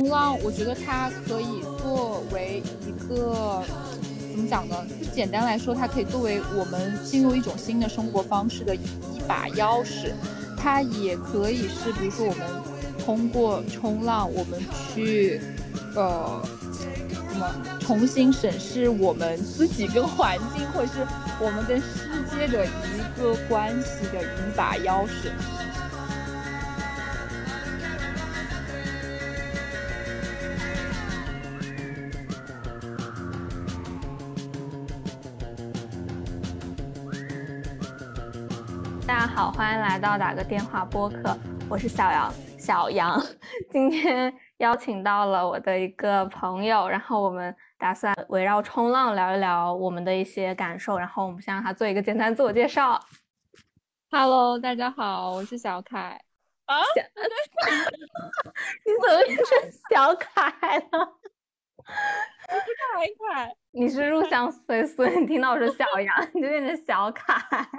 冲浪，我觉得它可以作为一个怎么讲呢？就简单来说，它可以作为我们进入一种新的生活方式的一把钥匙。它也可以是，比如说我们通过冲浪，我们去怎么重新审视我们自己跟环境，或者是我们跟世界的一个关系的一把钥匙。 大家好，欢迎来到打个电话播客，我是小杨。今天邀请到了我的一个朋友，然后我们打算围绕冲浪聊一聊我们的一些感受，然后我们先让他做一个简单自我介绍。 Hello，大家好，我是小凯。 啊？你怎么变成小凯了？ 我是凯。 你是入乡随俗，你听到我说小杨，你就变成小凯。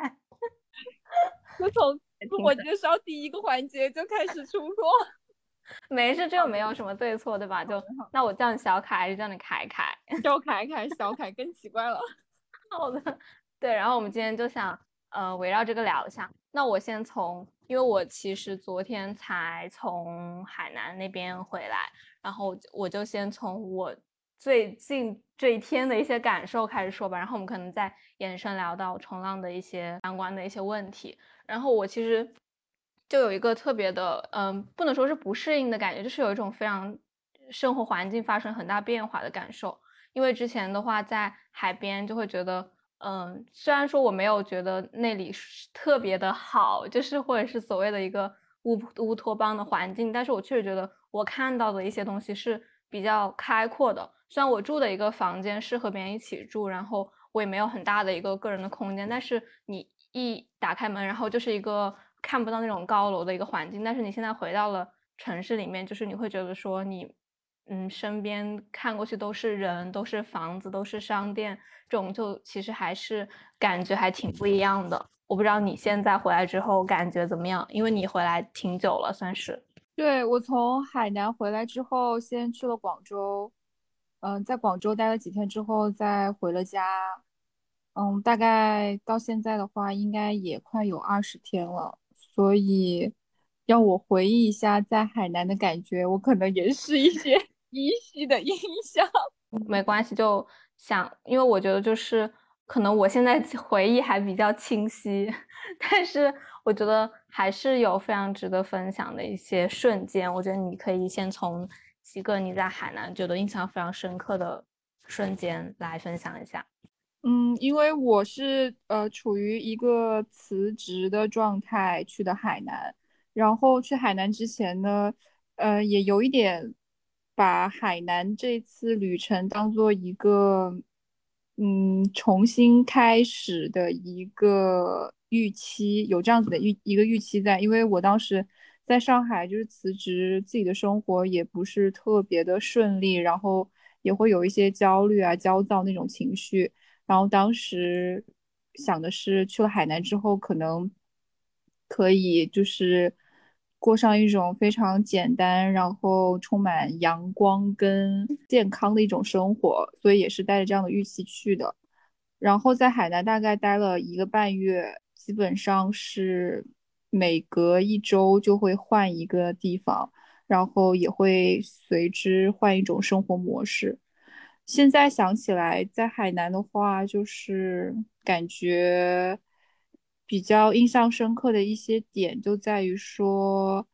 就从自我介绍第一个环节就开始出错。 没事，这又没有什么对错，对吧？就那我叫你小凯还是叫你凯凯？ 叫凯凯，小凯更奇怪了。 好的，对，然后我们今天就想围绕这个聊一下。那我先因为我其实昨天才从海南那边回来，然后我就先从我最近这一天的一些感受开始说吧，然后我们可能再延伸聊到冲浪的一些相关的一些问题。然后我其实就有一个特别的不能说是不适应的感觉，就是有一种非常生活环境发生很大变化的感受。因为之前的话在海边就会觉得虽然说我没有觉得那里特别的好，就是或者是所谓的一个乌托邦的环境，但是我确实觉得我看到的一些东西是比较开阔的。虽然我住的一个房间是和别人一起住，然后我也没有很大的一个个人的空间，但是你一打开门，然后就是一个看不到那种高楼的一个环境。但是你现在回到了城市里面，就是你会觉得说你身边看过去都是人，都是房子，都是商店，这种就其实还是感觉还挺不一样的。我不知道你现在回来之后感觉怎么样，因为你回来挺久了算是。 对，我从海南回来之后，先去了广州，在广州待了几天之后，再回了家。大概到现在的话，应该也快有20天了。所以，让我回忆一下在海南的感觉，我可能也是一些依稀的印象。 没关系，就想，因为我觉得就是可能我现在回忆还比较清晰，但是我觉得还是有非常值得分享的一些瞬间。我觉得你可以先从几个你在海南觉得印象非常深刻的瞬间来分享一下。 因为我是处于一个辞职的状态去的海南，然后去海南之前呢，也有一点把海南这次旅程当做一个重新开始的一个预期，有这样子的一个预期在，因为我当时在上海就是辞职，自己的生活也不是特别的顺利，然后也会有一些焦虑啊、焦躁那种情绪。然后当时想的是，去了海南之后，可能可以就是过上一种非常简单，然后充满阳光跟健康的一种生活，所以也是带着这样的预期去的。然后在海南大概待了1个半月，基本上是每隔1周就会换一个地方，然后也会随之换一种生活模式。现在想起来，在海南的话，就是感觉比较印象深刻的一些点就在于说，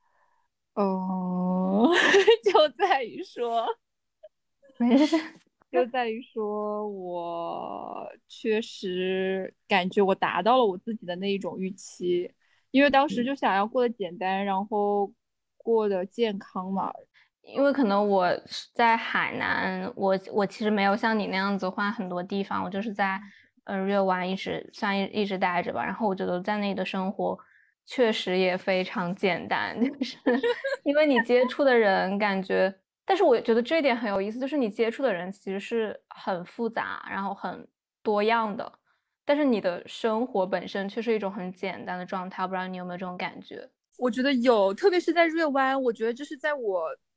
就在于说， 没事。 就在于说我确实感觉我达到了我自己的那一种预期，因为当时就想要过得简单，然后过得健康嘛。 因为可能我是在海南，我其实没有像你那样子换很多地方，我就是在日月湾一直待着吧。然后我觉得在那里的生活确实也非常简单，就是因为你接触的人感觉，但是我觉得这一点很有意思，就是你接触的人其实是很复杂，然后很多样的，但是你的生活本身却是一种很简单的状态。我不知道你有没有这种感觉？ 我觉得有，特别是在日月湾，我觉得这是在我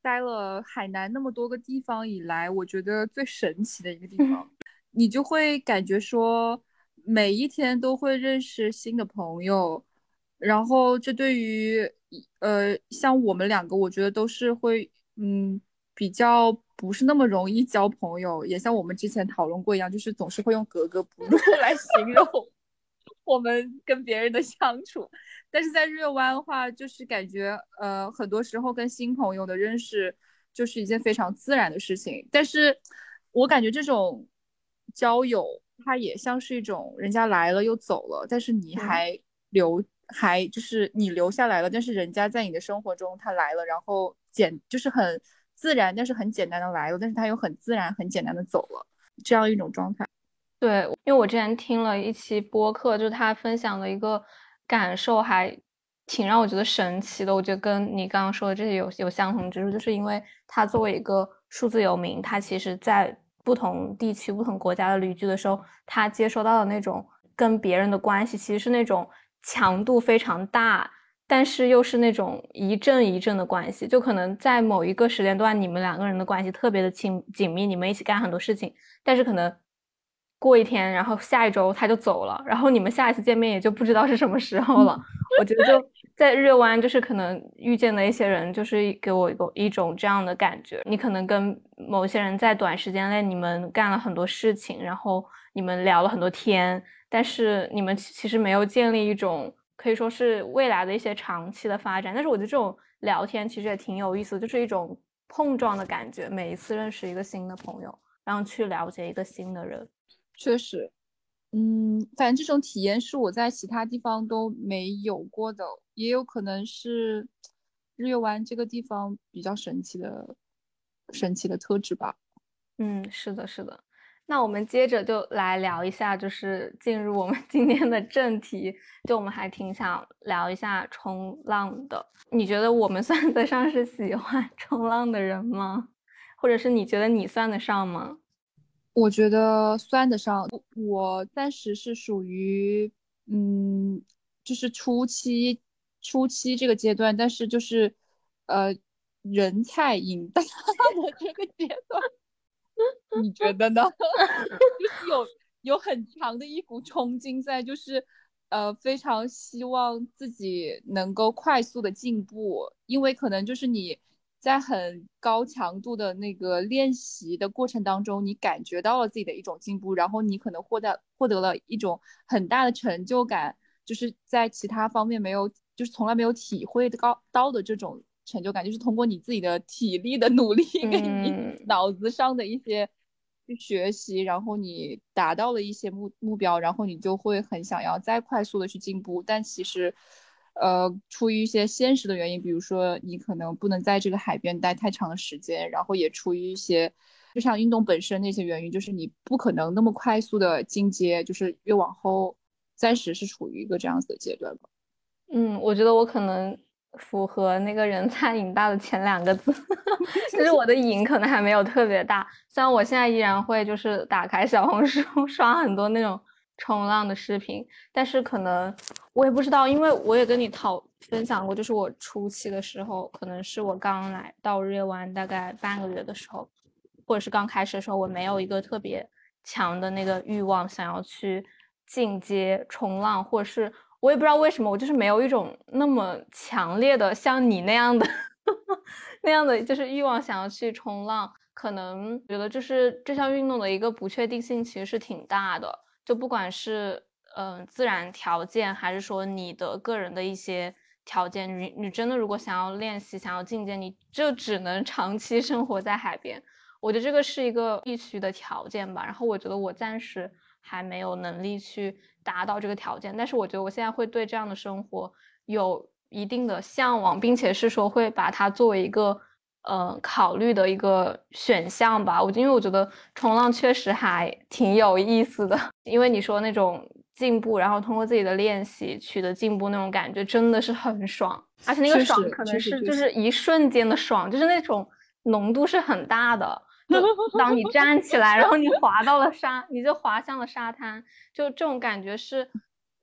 待了海南那么多个地方以来，我觉得最神奇的一个地方。你就会感觉说，每一天都会认识新的朋友，然后这对于像我们两个，我觉得都是会比较不是那么容易交朋友，也像我们之前讨论过一样，就是总是会用格格不入来形容我们跟别人的相处。但是在日月湾的话，就是感觉很多时候跟新朋友的认识就是一件非常自然的事情。但是我感觉这种交友，它也像是一种人家来了又走了，但是你嗯。 还留，还就是你留下来了，但是人家在你的生活中他来了，然后就是很自然，但是很简单的来了，但是他又很自然很简单的走了，这样一种状态。 对，因为我之前听了一期播客，就是他分享的一个感受，还挺让我觉得神奇的。我觉得跟你刚刚说的这些有相同之处，就是因为他作为一个数字游民，他其实在不同地区、不同国家的旅居的时候，他接收到的那种跟别人的关系，其实是那种强度非常大，但是又是那种一阵一阵的关系。就可能在某一个时间段，你们两个人的关系特别的紧密，你们一起干很多事情，但是可能过一天，然后下一周他就走了，然后你们下一次见面也就不知道是什么时候了。我觉得就在日月湾，就是可能遇见的一些人，就是给我一种这样的感觉。你可能跟某些人在短时间内，你们干了很多事情，然后你们聊了很多天，但是你们其实没有建立一种可以说是未来的一些长期的发展。但是我觉得这种聊天其实也挺有意思的，就是一种碰撞的感觉。每一次认识一个新的朋友，然后去了解一个新的人。 确实，反正这种体验是我在其他地方都没有过的，也有可能是日月湾这个地方比较神奇的特质吧。 嗯，是的，是的。那我们接着就来聊一下，就是进入我们今天的正题。就我们还挺想聊一下冲浪的。你觉得我们算得上是喜欢冲浪的人吗？或者是你觉得你算得上吗？ 我觉得算得上，我暂时是属于嗯，就是初期这个阶段，但是就是呃人菜瘾大的这个阶段。你觉得呢？就是有很强的一股冲劲在，就是非常希望自己能够快速的进步，因为可能就是你在很高强度的那个练习的过程当中，你感觉到了自己的一种进步，然后你可能获得了一种很大的成就感，就是在其他方面没有，就是从来没有体会到的这种成就感，就是通过你自己的体力的努力跟你嗯脑子上的一些去学习，然后你达到了一些目标，然后你就会很想要再快速的去进步。但其实，出于一些现实的原因，比如说你可能不能在这个海边待太长的时间，然后也出于一些就像运动本身那些原因，就是你不可能那么快速的进阶，就是越往后，暂时是处于一个这样子的阶段吧。 嗯，我觉得我可能符合那个人菜瘾大的前两个字，就是我的瘾可能还没有特别大。虽然我现在依然会就是打开小红书刷很多那种冲浪的视频，但是可能我也不知道，因为我也跟你分享过，就是我初期的时候，可能是我刚来到日月湾大概半个月的时候，或者是刚开始的时候，我没有一个特别强的那个欲望想要去进阶冲浪，或者是我也不知道为什么，我就是没有一种那么强烈的像你那样的那样的就是欲望想要去冲浪。可能觉得就是这项运动的一个不确定性其实是挺大的，就不管是自然条件，还是说你的个人的一些条件，你真的如果想要练习、想要进阶，你就只能长期生活在海边。我觉得这个是一个必须的条件吧。然后我觉得我暂时还没有能力去达到这个条件，但是我觉得我现在会对这样的生活有一定的向往，并且是说会把它作为一个考虑的一个选项吧。因为我觉得冲浪确实还挺有意思的，因为你说那种进步，然后通过自己的练习取得进步那种感觉真的是很爽，而且那个确实， 爽可能确实， 是就是确实。 一瞬间的爽，就是那种浓度是很大的。就当你站起来，然后你滑到了你就滑向了沙滩，就这种感觉是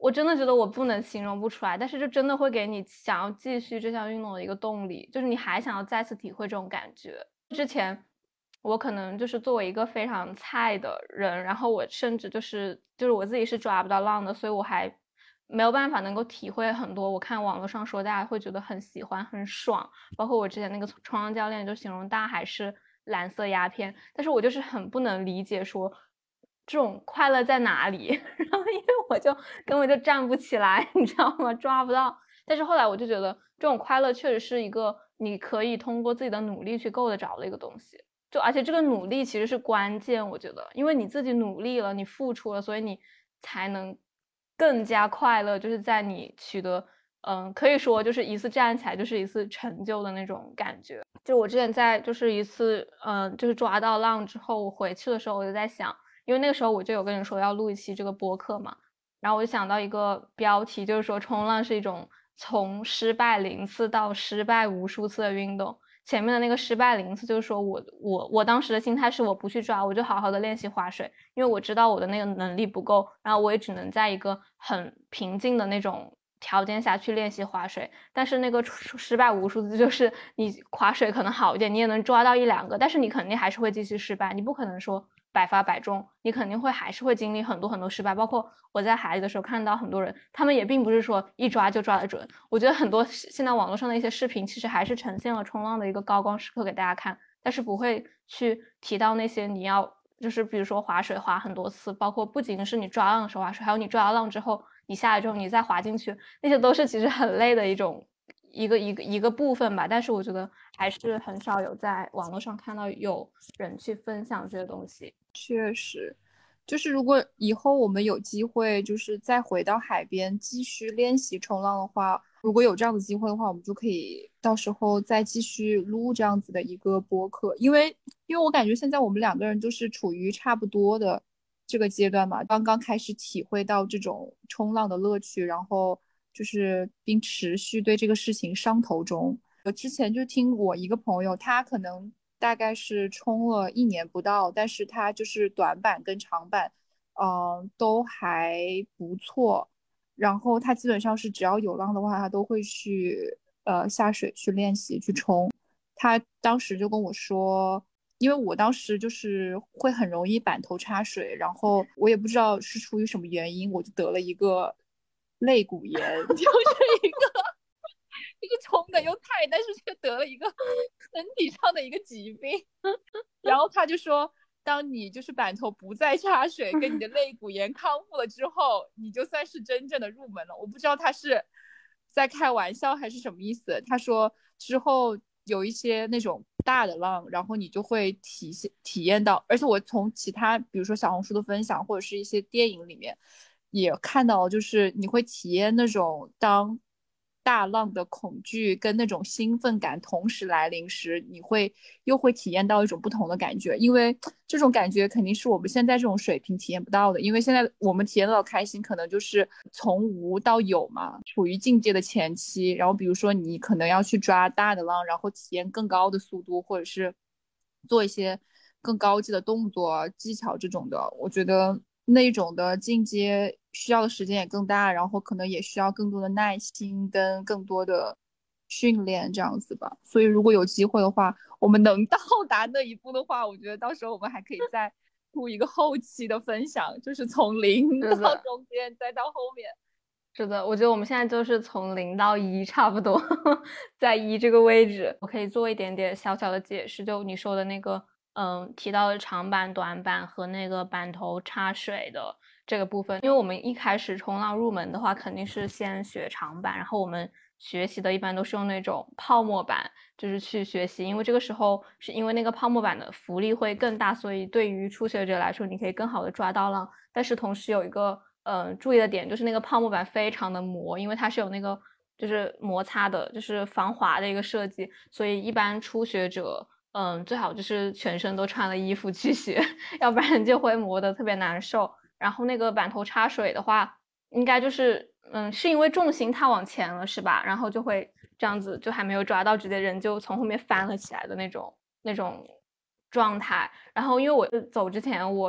我真的觉得我不能形容不出来，但是就真的会给你想要继续这项运动的一个动力，就是你还想要再次体会这种感觉。之前我可能就是作为一个非常菜的人，然后我甚至就是我自己是抓不到浪的，所以我还没有办法能够体会很多我看网络上说大家会觉得很喜欢很爽，包括我之前那个冲浪教练就形容大海是蓝色鸦片，但是我就是很不能理解说这种快乐在哪里。然后因为我就根本就站不起来，你知道吗？抓不到。但是后来我就觉得这种快乐确实是一个你可以通过自己的努力去够得着的一个东西，就而且这个努力其实是关键，我觉得因为你自己努力了，你付出了，所以你才能更加快乐，就是在你取得可以说就是一次站起来就是一次成就的那种感觉。就我之前在就是一次就是抓到浪之后，我回去的时候我就在想，因为那个时候我就有跟你说要录一期这个播客嘛，然后我就想到一个标题，就是说冲浪是一种从失败0次到失败无数次的运动。前面的那个失败0次就是说我当时的心态是我不去抓，我就好好的练习划水，因为我知道我的那个能力不够，然后我也只能在一个很平静的那种条件下去练习划水。但是那个失败无数次就是你划水可能好一点，你也能抓到1、2个，但是你肯定还是会继续失败，你不可能说百发百中，你肯定还是会经历很多失败。包括我在海里的时候看到很多人，他们也并不是说一抓就抓得准。我觉得很多现在网络上的一些视频其实还是呈现了冲浪的一个高光时刻给大家看，但是不会去提到那些你要就是比如说划水划很多次，包括不仅是你抓浪的时候划水，还有你抓到浪之后你下来之后你再滑进去，那些都是其实很累的一个部分吧。但是我觉得还是很少有在网络上看到有人去分享这些东西。 确实，就是如果以后我们有机会，就是再回到海边继续练习冲浪的话，如果有这样的机会的话，我们就可以到时候再继续录这样子的一个播客。因为我感觉现在我们两个人就是处于差不多的这个阶段嘛，刚刚开始体会到这种冲浪的乐趣，然后就是并持续对这个事情上头中。我之前就听我一个朋友，他可能大概是冲了1年不到，但是他就是短板跟长板，都还不错。然后他基本上是只要有浪的话，他都会去下水去练习去冲。他当时就跟我说，因为我当时就是会很容易板头插水，然后我也不知道是出于什么原因，我就得了一个肋骨炎，就是一个冲的又太，但是却得了一个身体上的一个疾病。然后他就说，当你就是板头不再插水，跟你的肋骨炎康复了之后，你就算是真正的入门了。我不知道他是在开玩笑还是什么意思。他说之后有一些那种大的浪，然后你就会体验到，而且我从其他比如说小红书的分享或者是一些电影里面也看到，就是你会体验那种当大浪的恐惧跟那种兴奋感同时来临时，又会体验到一种不同的感觉，因为这种感觉肯定是我们现在这种水平体验不到的，因为现在我们体验到的开心可能就是从无到有嘛，处于境界的前期，然后比如说你可能要去抓大的浪，然后体验更高的速度，或者是做一些更高级的动作技巧这种的，我觉得那种的进阶需要的时间也更大，然后可能也需要更多的耐心跟更多的训练这样子吧。所以如果有机会的话，我们能到达那一步的话，我觉得到时候我们还可以再出一个后期的分享，就是从零到是的， 中间再到后面。 是的，我觉得我们现在就是从0到1差不多，在1这个位置，我可以做一点点小小的解释，就你说的那个，提到的长板、短板和那个板头插水的这个部分。因为我们一开始冲浪入门的话，肯定是先学长板，然后我们学习的一般都是用那种泡沫板，就是去学习，因为这个时候是因为那个泡沫板的浮力会更大，所以对于初学者来说，你可以更好的抓到浪。但是同时有一个注意的点就是那个泡沫板非常的磨，因为它是有那个就是摩擦的，就是防滑的一个设计，所以一般初学者最好就是全身都穿了衣服去学，要不然就会磨得特别难受。然后那个板头插水的话，应该就是是因为重心太往前了是吧？然后就会这样子，就还没有抓到，直接人就从后面翻了起来的那种状态。然后因为我走之前我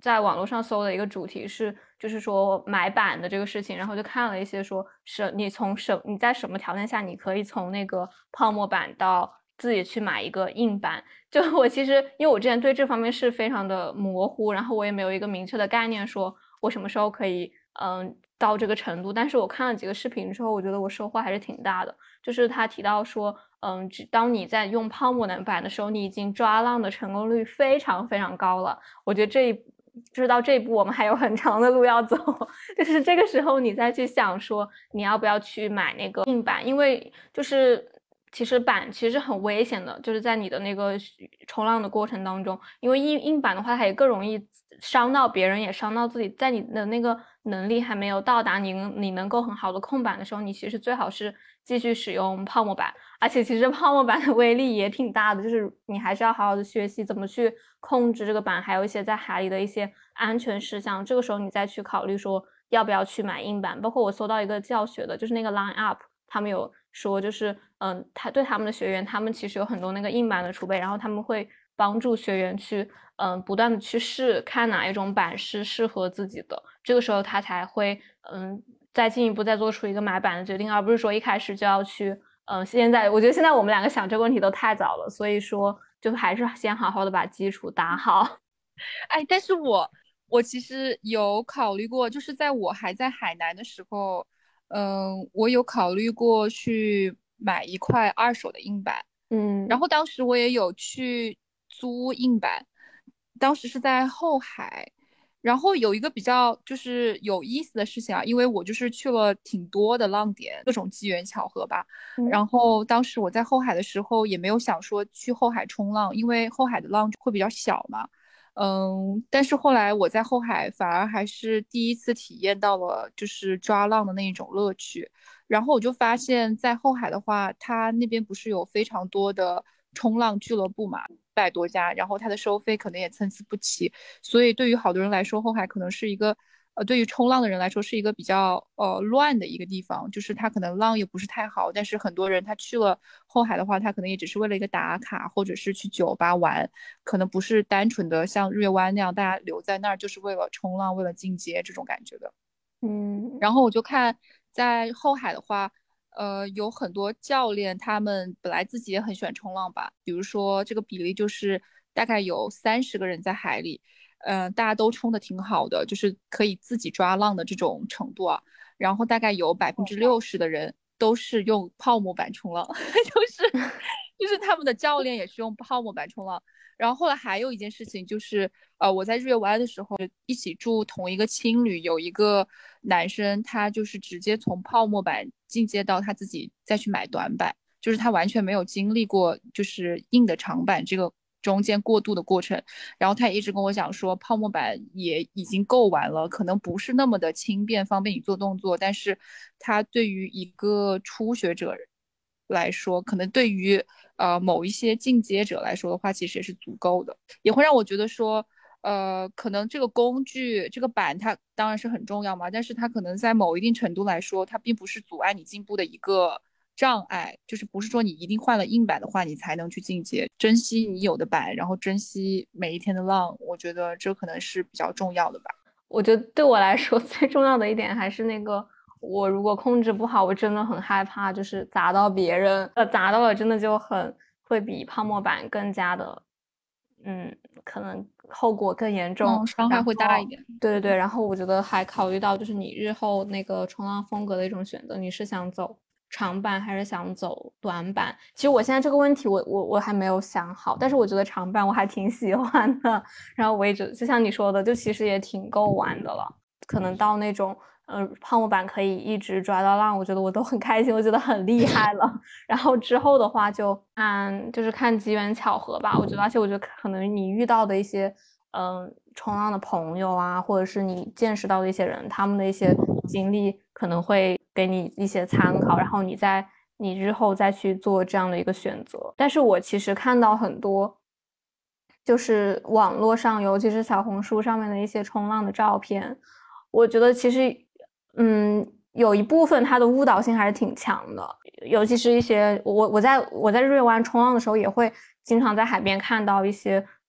在网络上搜的一个主题是，就是说买板的这个事情，然后就看了一些说你在什么条件下你可以从那个泡沫板到自己去买一个硬板。就我其实因为我之前对这方面是非常的模糊，然后我也没有一个明确的概念，说我什么时候可以到这个程度。但是我看了几个视频之后，我觉得我收获还是挺大的。就是他提到说，当你在用泡沫板的时候，你已经抓浪的成功率非常非常高了。我觉得就是到这一步我们还有很长的路要走。就是这个时候你再去想说你要不要去买那个硬板，因为就是其实板其实很危险的，就是在你的那个冲浪的过程当中，因为硬板的话它也更容易伤到别人也伤到自己，在你的那个能力还没有到达你能够很好的控板的时候，你其实最好是继续使用泡沫板。而且其实泡沫板的威力也挺大的，就是你还是要好好的学习怎么去控制这个板，还有一些在海里的一些安全事项，这个时候你再去考虑说要不要去买硬板。包括我搜到一个教学的，就是那个 Line Up 他们有说，就是他们的学员他们其实有很多那个硬板的储备，然后他们会帮助学员去不断的去试，看哪一种板是适合自己的，这个时候他才会再进一步再做出一个买板的决定，而不是说一开始就要去现在我觉得现在我们两个想这个问题都太早了，所以说就还是先好好的把基础打好。 哎，但是我其实有考虑过，就是在我还在海南的时候，我有考虑过去买一块二手的硬板，然后当时我也有去租硬板，当时是在后海，然后有一个比较就是有意思的事情啊，因为我就是去了挺多的浪点，各种机缘巧合吧。然后当时我在后海的时候也没有想说去后海冲浪，因为后海的浪会比较小嘛。但是后来我在后海反而还是第一次体验到了就是抓浪的那一种乐趣。然后我就发现，在后海的话，它那边不是有非常多的冲浪俱乐部嘛，100多家，然后它的收费可能也参差不齐，所以对于好多人来说，后海可能是一个，对于冲浪的人来说是一个比较乱的一个地方，就是它可能浪也不是太好，但是很多人他去了后海的话，他可能也只是为了一个打卡，或者是去酒吧玩，可能不是单纯的像日月湾那样大家留在那儿就是为了冲浪、为了进阶这种感觉的。然后我就看在后海的话，有很多教练，他们本来自己也很喜欢冲浪吧，比如说这个比例就是大概有30个人在海里，大家都冲的挺好的，就是可以自己抓浪的这种程度啊。然后大概有60%的人都是用泡沫板冲浪，就是他们的教练也是用泡沫板冲浪。然后后来还有一件事情就是，我在日月湾的时候一起住同一个青旅，有一个男生他就是直接从泡沫板进阶到他自己再去买短板，就是他完全没有经历过就是硬的长板这个中间过渡的过程。然后他也一直跟我讲说，泡沫板也已经够玩了，可能不是那么的轻便方便你做动作，但是他对于一个初学者来说，可能对于某一些进阶者来说的话，其实也是足够的，也会让我觉得说，可能这个工具这个板它当然是很重要嘛，但是它可能在某一定程度来说，它并不是阻碍你进步的一个障碍，就是不是说你一定换了硬板的话，你才能去进阶，珍惜你有的板，然后珍惜每一天的浪，我觉得这可能是比较重要的吧。 我觉得对我来说最重要的一点还是那个，我如果控制不好，我真的很害怕，就是砸到别人，砸到了真的就很会比泡沫板更加的，可能后果更严重。 伤害会大一点。 对对对，然后我觉得还考虑到就是你日后那个冲浪风格的一种选择，你是想走长板还是想走短板？其实我现在这个问题我还没有想好，但是我觉得长板我还挺喜欢的。然后我一直就像你说的，就其实也挺够玩的了。可能到那种泡沫板可以一直抓到浪，我觉得我都很开心，我觉得很厉害了。然后之后的话就是看机缘巧合吧。我觉得，而且我觉得可能你遇到的一些冲浪的朋友啊，或者是你见识到的一些人，他们的一些经历可能会给你一些参考，然后你日后再去做这样的一个选择。但是我其实看到很多就是网络上，尤其是小红书上面的一些冲浪的照片，我觉得其实有一部分它的误导性还是挺强的，尤其是一些我在日月湾冲浪的时候，也会经常在海边看到一些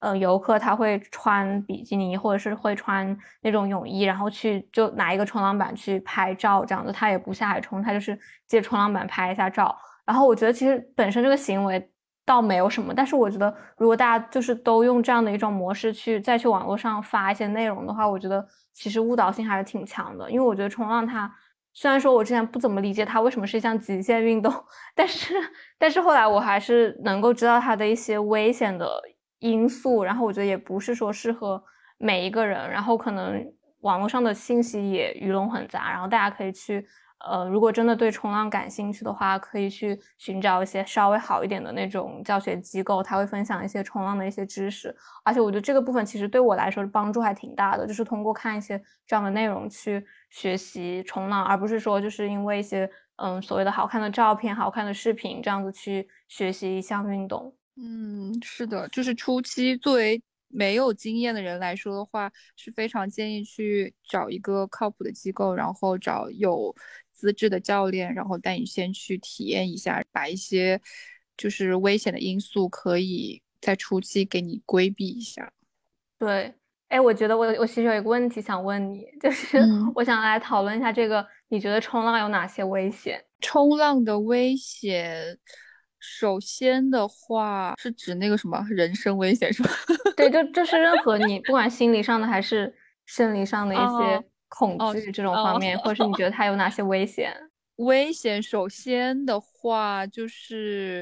游客他会穿比基尼或者是会穿那种泳衣，然后去就拿一个冲浪板去拍照，这样子他也不下海冲，他就是借冲浪板拍一下照。然后我觉得其实本身这个行为倒没有什么，但是我觉得如果大家就是都用这样的一种模式再去网络上发一些内容的话，我觉得其实误导性还是挺强的。因为我觉得冲浪它虽然说我之前不怎么理解它为什么是一项极限运动，但是后来我还是能够知道它的一些危险的因素，然后我觉得也不是说适合每一个人，然后可能网络上的信息也鱼龙混杂，然后大家可以去如果真的对冲浪感兴趣的话，可以去寻找一些稍微好一点的那种教学机构，他会分享一些冲浪的一些知识。而且我觉得这个部分其实对我来说帮助还挺大的，就是通过看一些这样的内容去学习冲浪，而不是说就是因为一些所谓的好看的照片、好看的视频这样子去学习一项运动。 是的，就是初期作为没有经验的人来说的话，是非常建议去找一个靠谱的机构，然后找有资质的教练，然后带你先去体验一下，把一些就是危险的因素可以在初期给你规避一下。 对，哎，我觉得我其实有一个问题想问你，就是嗯， 我想来讨论一下这个，你觉得冲浪有哪些危险？ 冲浪的危险，首先的话是指那个什么人身危险是吧？ 对，就是任何你不管心理上的还是生理上的一些哦恐哦惧这种方哦， 面，或者是你觉得它有哪些危险？ 危险首先的话就是，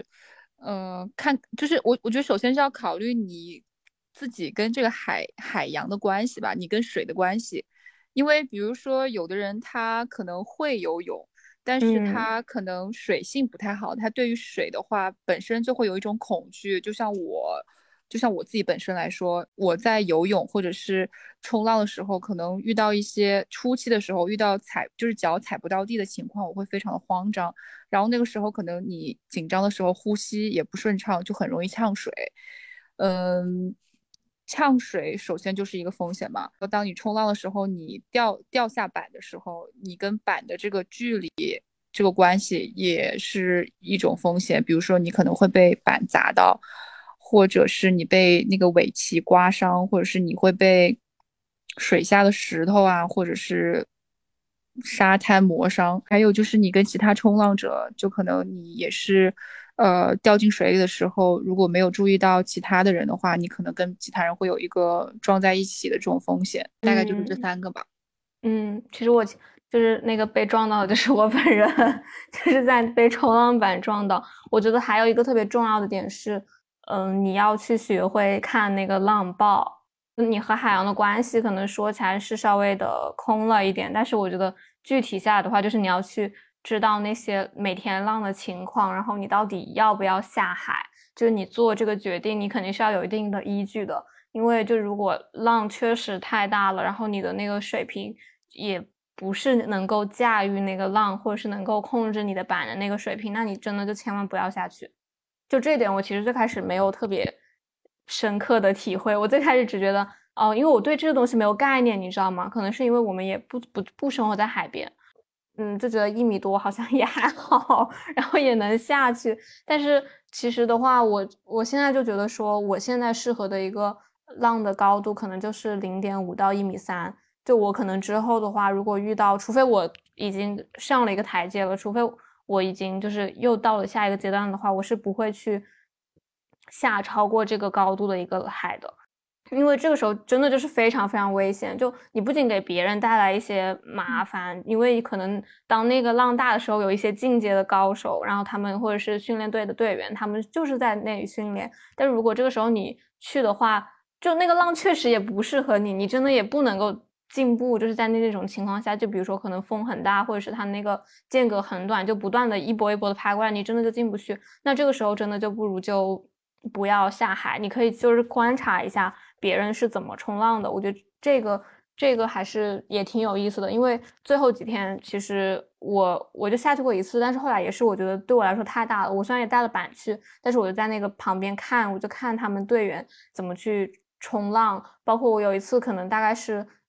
看就是我觉得首先是要考虑你自己跟这个海洋的关系吧，你跟水的关系，因为比如说有的人他可能会游泳，但是嗯他可能水性不太好，他对于水的话本身就会有一种恐惧，就像我自己本身来说，我在游泳或者是冲浪的时候，可能遇到一些初期的时候遇到就是脚踩不到地的情况，我会非常的慌张。然后那个时候可能你紧张的时候呼吸也不顺畅，就很容易呛水。嗯，呛水首先就是一个风险嘛。当你冲浪的时候，你掉下板的时候，你跟板的这个距离。这个关系也是一种风险，比如说你可能会被板砸到，或者是你被那个尾鳍刮伤，或者是你会被水下的石头啊，或者是沙滩磨伤。还有就是你跟其他冲浪者，就可能你也是，掉进水里的时候，如果没有注意到其他的人的话，你可能跟其他人会有一个撞在一起的这种风险。大概就是这嗯。 3个吧。 其实我就是那个被撞到的，就是我本人，就是在被冲浪板撞到。我觉得还有一个特别重要的点是，你要去学会看那个浪报。你和海洋的关系可能说起来是稍微的空了一点，但是我觉得具体下来的话，就是你要去知道那些每天浪的情况，然后你到底要不要下海，就是你做这个决定，你肯定是要有一定的依据的。因为就如果浪确实太大了，然后你的那个水平也不是能够驾驭那个浪，或者是能够控制你的板的那个水平，那你真的就千万不要下去。就这一点，我其实最开始没有特别深刻的体会。我最开始只觉得，哦，因为我对这个东西没有概念，你知道吗？可能是因为我们也不生活在海边，就觉得1米多好像也还好，然后也能下去。但是其实的话，我现在就觉得说，我现在适合的一个浪的高度可能就是0.5到1.3米。就我可能之后的话，如果遇到，除非我已经上了一个台阶了，除非我已经就是又到了下一个阶段的话，我是不会去下超过这个高度的一个海的。因为这个时候真的就是非常非常危险，就你不仅给别人带来一些麻烦，因为可能当那个浪大的时候，有一些进阶的高手，然后他们或者是训练队的队员，他们就是在那里训练。但是如果这个时候你去的话，就那个浪确实也不适合你，你真的也不能够进步，就是在那种情况下，就比如说可能风很大，或者是它那个间隔很短，就不断的一波一波的拍过来，你真的就进不去。那这个时候真的就不如就不要下海，你可以就是观察一下别人是怎么冲浪的。我觉得这个还是也挺有意思的，因为最后几天其实我就下去过一次，但是后来也是我觉得对我来说太大了。我虽然也带了板去，但是我就在那个旁边看，我就看他们队员怎么去冲浪。包括我有一次可能大概是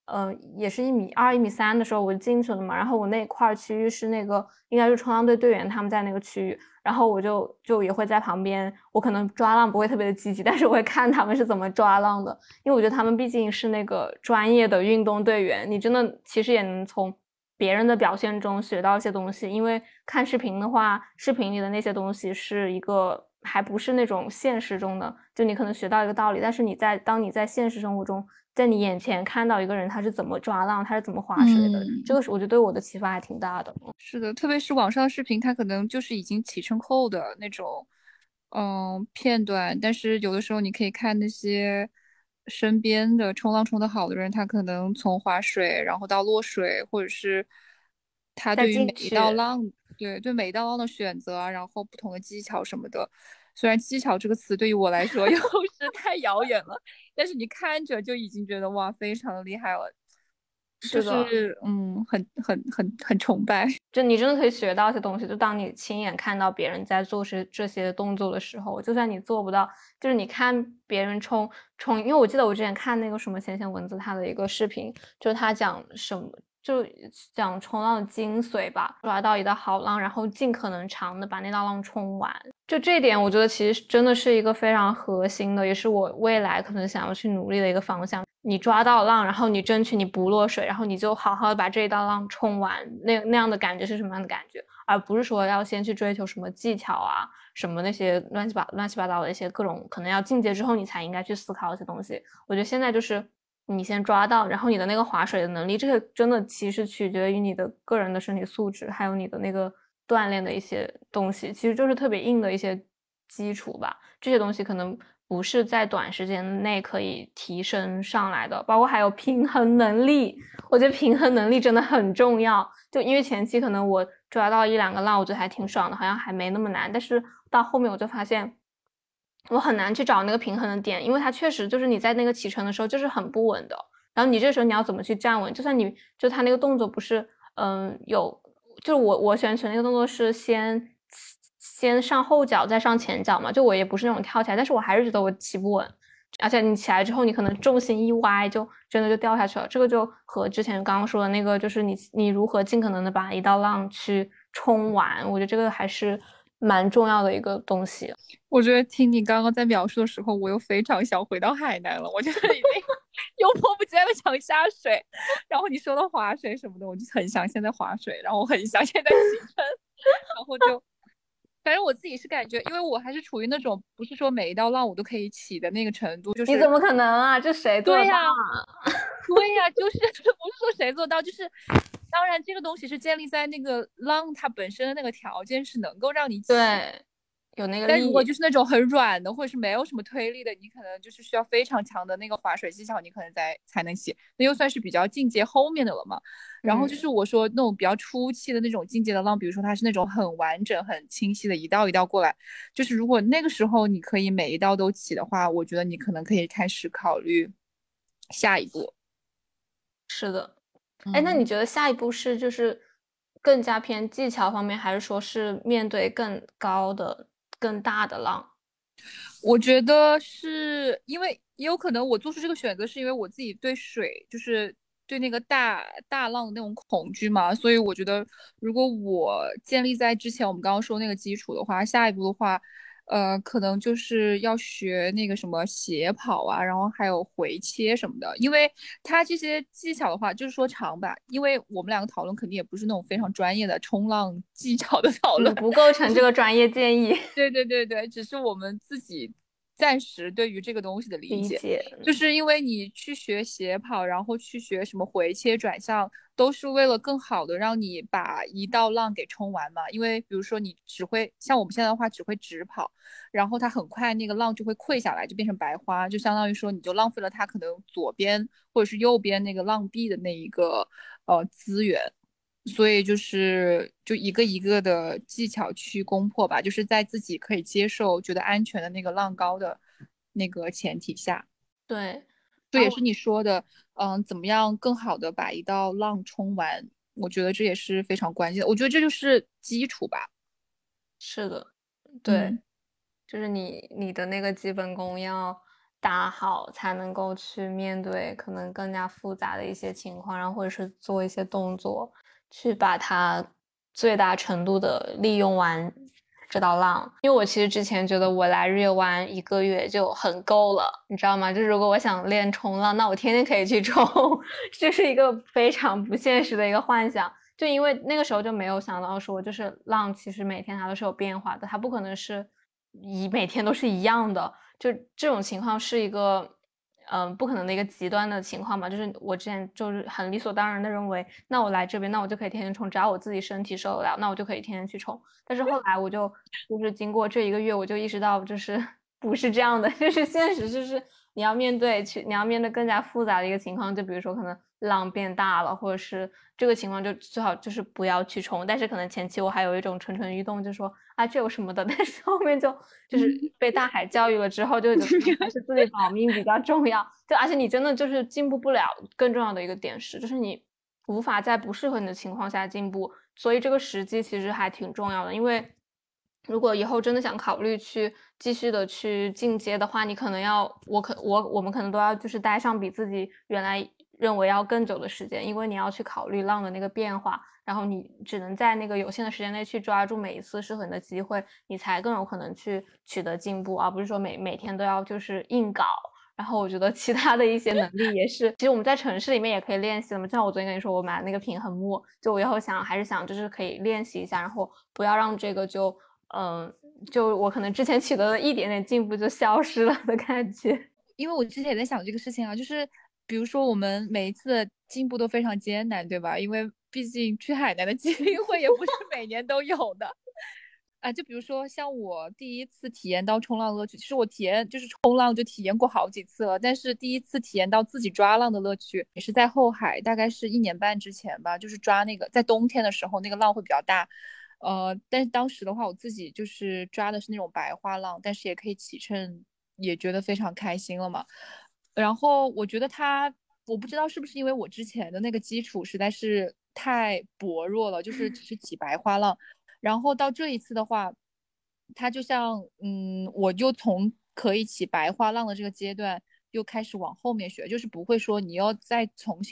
也是1.2米、1.3米的时候我就进去了嘛，然后我那块区域是那个应该是冲浪队队员他们在那个区域，然后我就也会在旁边，我可能抓浪不会特别的积极，但是我会看他们是怎么抓浪的，因为我觉得他们毕竟是那个专业的运动队员，你真的其实也能从别人的表现中学到一些东西，因为看视频的话，视频里的那些东西是一个还不是那种现实中的，就你可能学到一个道理，但是当你在现实生活中，在你眼前看到一个人他是怎么抓浪，他是怎么划水的，这个是我觉得对我的启发还挺大的。 是的，特别是网上视频，它可能就是已经起成后的那种，片段。但是有的时候你可以看那些身边的冲浪冲得好的人，他可能从划水，然后到落水，或者是他再对于每一道进去， 浪，对每一道浪的选择啊，然后不同的技巧什么的。虽然“技巧”这个词对于我来说又是太遥远了，但是你看着就已经觉得哇，非常的厉害了。就是的， 是很崇拜。 就你真的可以学到一些东西。就当你亲眼看到别人在做这些动作的时候，就算你做不到，就是你看别人冲，因为我记得我之前看那个什么浅浅文字他的一个视频，就是他讲什么。就讲冲浪的精髓吧，抓到一道好浪，然后尽可能长的把那道浪冲完。就这一点，我觉得其实真的是一个非常核心的，也是我未来可能想要去努力的一个方向。你抓到浪，然后你争取你不落水，然后你就好好的把这一道浪冲完，那样的感觉是什么样的感觉？而不是说要先去追求什么技巧啊，什么那些乱七八糟的一些各种，可能要进阶之后你才应该去思考一些东西。我觉得现在就是你先抓到，然后你的那个划水的能力，这个真的其实取决于你的个人的身体素质，还有你的那个锻炼的一些东西，其实就是特别硬的一些基础吧。这些东西可能不是在短时间内可以提升上来的，包括还有平衡能力。我觉得平衡能力真的很重要，就因为前期可能我抓到1-2个浪，我觉得还挺爽的，好像还没那么难，但是到后面我就发现。我很难去找那个平衡的点，因为它确实就是你在那个起程的时候就是很不稳的，然后你这时候你要怎么去站稳？就算你就他那个动作不是，就是我选取那个动作是先上后脚再上前脚嘛，就我也不是那种跳起来，但是我还是觉得我起不稳，而且你起来之后你可能重心一歪就真的就掉下去了，这个就和之前刚刚说的那个就是你如何尽可能的把一道浪去冲完，我觉得这个还是蛮重要的一个东西。 我觉得听你刚刚在描述的时候，我又非常想回到海南了。我觉得已经又迫不及待的想下水。然后你说到划水什么的，我就很想现在划水，然后我很想现在起身，然后就，反正我自己是感觉，因为我还是处于那种不是说每一道浪我都可以起的那个程度，就是你怎么可能啊？这谁做得到对呀， 啊？ 对呀，就是不是说谁做到，就是当然这个东西是建立在那个浪它本身的那个条件是能够让你起。 对，有那个但如果力， 就是那种很软的，或者是没有什么推力的，你可能就是需要非常强的那个划水技巧，你可能才能起。那又算是比较进阶后面的了嘛。然后就嗯， 是我说那种比较初期的那种进阶的浪，比如说它是那种很完整、很清晰的一道一道过来，就是如果那个时候你可以每一道都起的话，我觉得你可能可以开始考虑下一步。 是的。哎，那你嗯。 觉得下一步是就是更加偏技巧方面，还是说是面对更高的、更大的浪？ 我觉得是因为也有可能我做出这个选择，是因为我自己对水就是对那个大浪的那种恐惧嘛，所以我觉得如果我建立在之前我们刚刚说那个基础的话，下一步的话，可能就是要学那个什么斜跑啊，然后还有回切什么的，因为它这些技巧的话，就是说长吧，因为我们两个讨论肯定也不是那种非常专业的冲浪技巧的讨论， 嗯，不构成这个专业建议对对对对，只是我们自己暂时对于这个东西的理解， 理解。 就是因为你去学斜跑，然后去学什么回切转向，都是为了更好的让你把一道浪给冲完嘛。因为比如说你只会像我们现在的话，只会直跑，然后它很快那个浪就会溃下来，就变成白花，就相当于说你就浪费了它可能左边或者是右边那个浪壁的那一个资源。所以就一个一个的技巧去攻破吧，就是在自己可以接受、觉得安全的那个浪高的那个前提下， 对，然后这也是你说的，怎么样更好的把一道浪冲完？我觉得这也是非常关键的。我觉得这就是基础吧。 是的，对， 嗯。 就是你的那个基本功要打好，才能够去面对可能更加复杂的一些情况，然后或者是做一些动作，去把它最大程度的利用完这道浪。因为我其实之前觉得我来日月湾1个月就很够了，你知道吗？就如果我想练冲浪，那我天天可以去冲，这是一个非常不现实的一个幻想。就因为那个时候就没有想到说，就是浪其实每天它都是有变化的，它不可能是每天都是一样的。就这种情况是一个不可能的一个极端的情况嘛，就是我之前就是很理所当然的认为，那我来这边，那我就可以天天冲，只要我自己身体受得了，那我就可以天天去冲。但是后来就是经过这1个月，我就意识到就是不是这样的，就是现实就是你要面对更加复杂的一个情况，就比如说可能浪变大了，或者是这个情况就最好就是不要去冲。但是可能前期我还有一种蠢蠢欲动，就说啊这有什么的，但是后面就是被大海教育了之后，就觉得还是自己保命比较重要。就而且你真的就是进步不了，更重要的一个点是，就是你无法在不适合你的情况下进步，所以这个时机其实还挺重要的。因为如果以后真的想考虑去继续的去进阶的话，你可能要我们可能都要就是待上比自己原来认为要更久的时间，因为你要去考虑浪的那个变化，然后你只能在那个有限的时间内去抓住每一次适合你的机会，你才更有可能去取得进步，而不是说每天都要就是硬搞。然后我觉得其他的一些能力也是，其实我们在城市里面也可以练习的嘛。就像我昨天跟你说，我买了那个平衡木，就我以后还是想就是可以练习一下，然后不要让这个就我可能之前取得的一点点进步就消失了的感觉。 因为我之前也在想这个事情啊，就是比如说我们每一次的进步都非常艰难，对吧？因为毕竟去海南的机会也不是每年都有的。啊，就比如说像我第一次体验到冲浪乐趣，其实我体验就是冲浪就体验过好几次了，但是第一次体验到自己抓浪的乐趣也是在后海，大概是1年半之前吧，就是抓那个在冬天的时候那个浪会比较大，但是当时的话我自己就是抓的是那种白花浪，但是也可以起乘，也觉得非常开心了嘛。然后我觉得我不知道是不是因为我之前的那个基础实在是太薄弱了，就是只是起白花浪。然后到这一次的话，它就像，我就从可以起白花浪的这个阶段，又开始往后面学，就是不会说你要再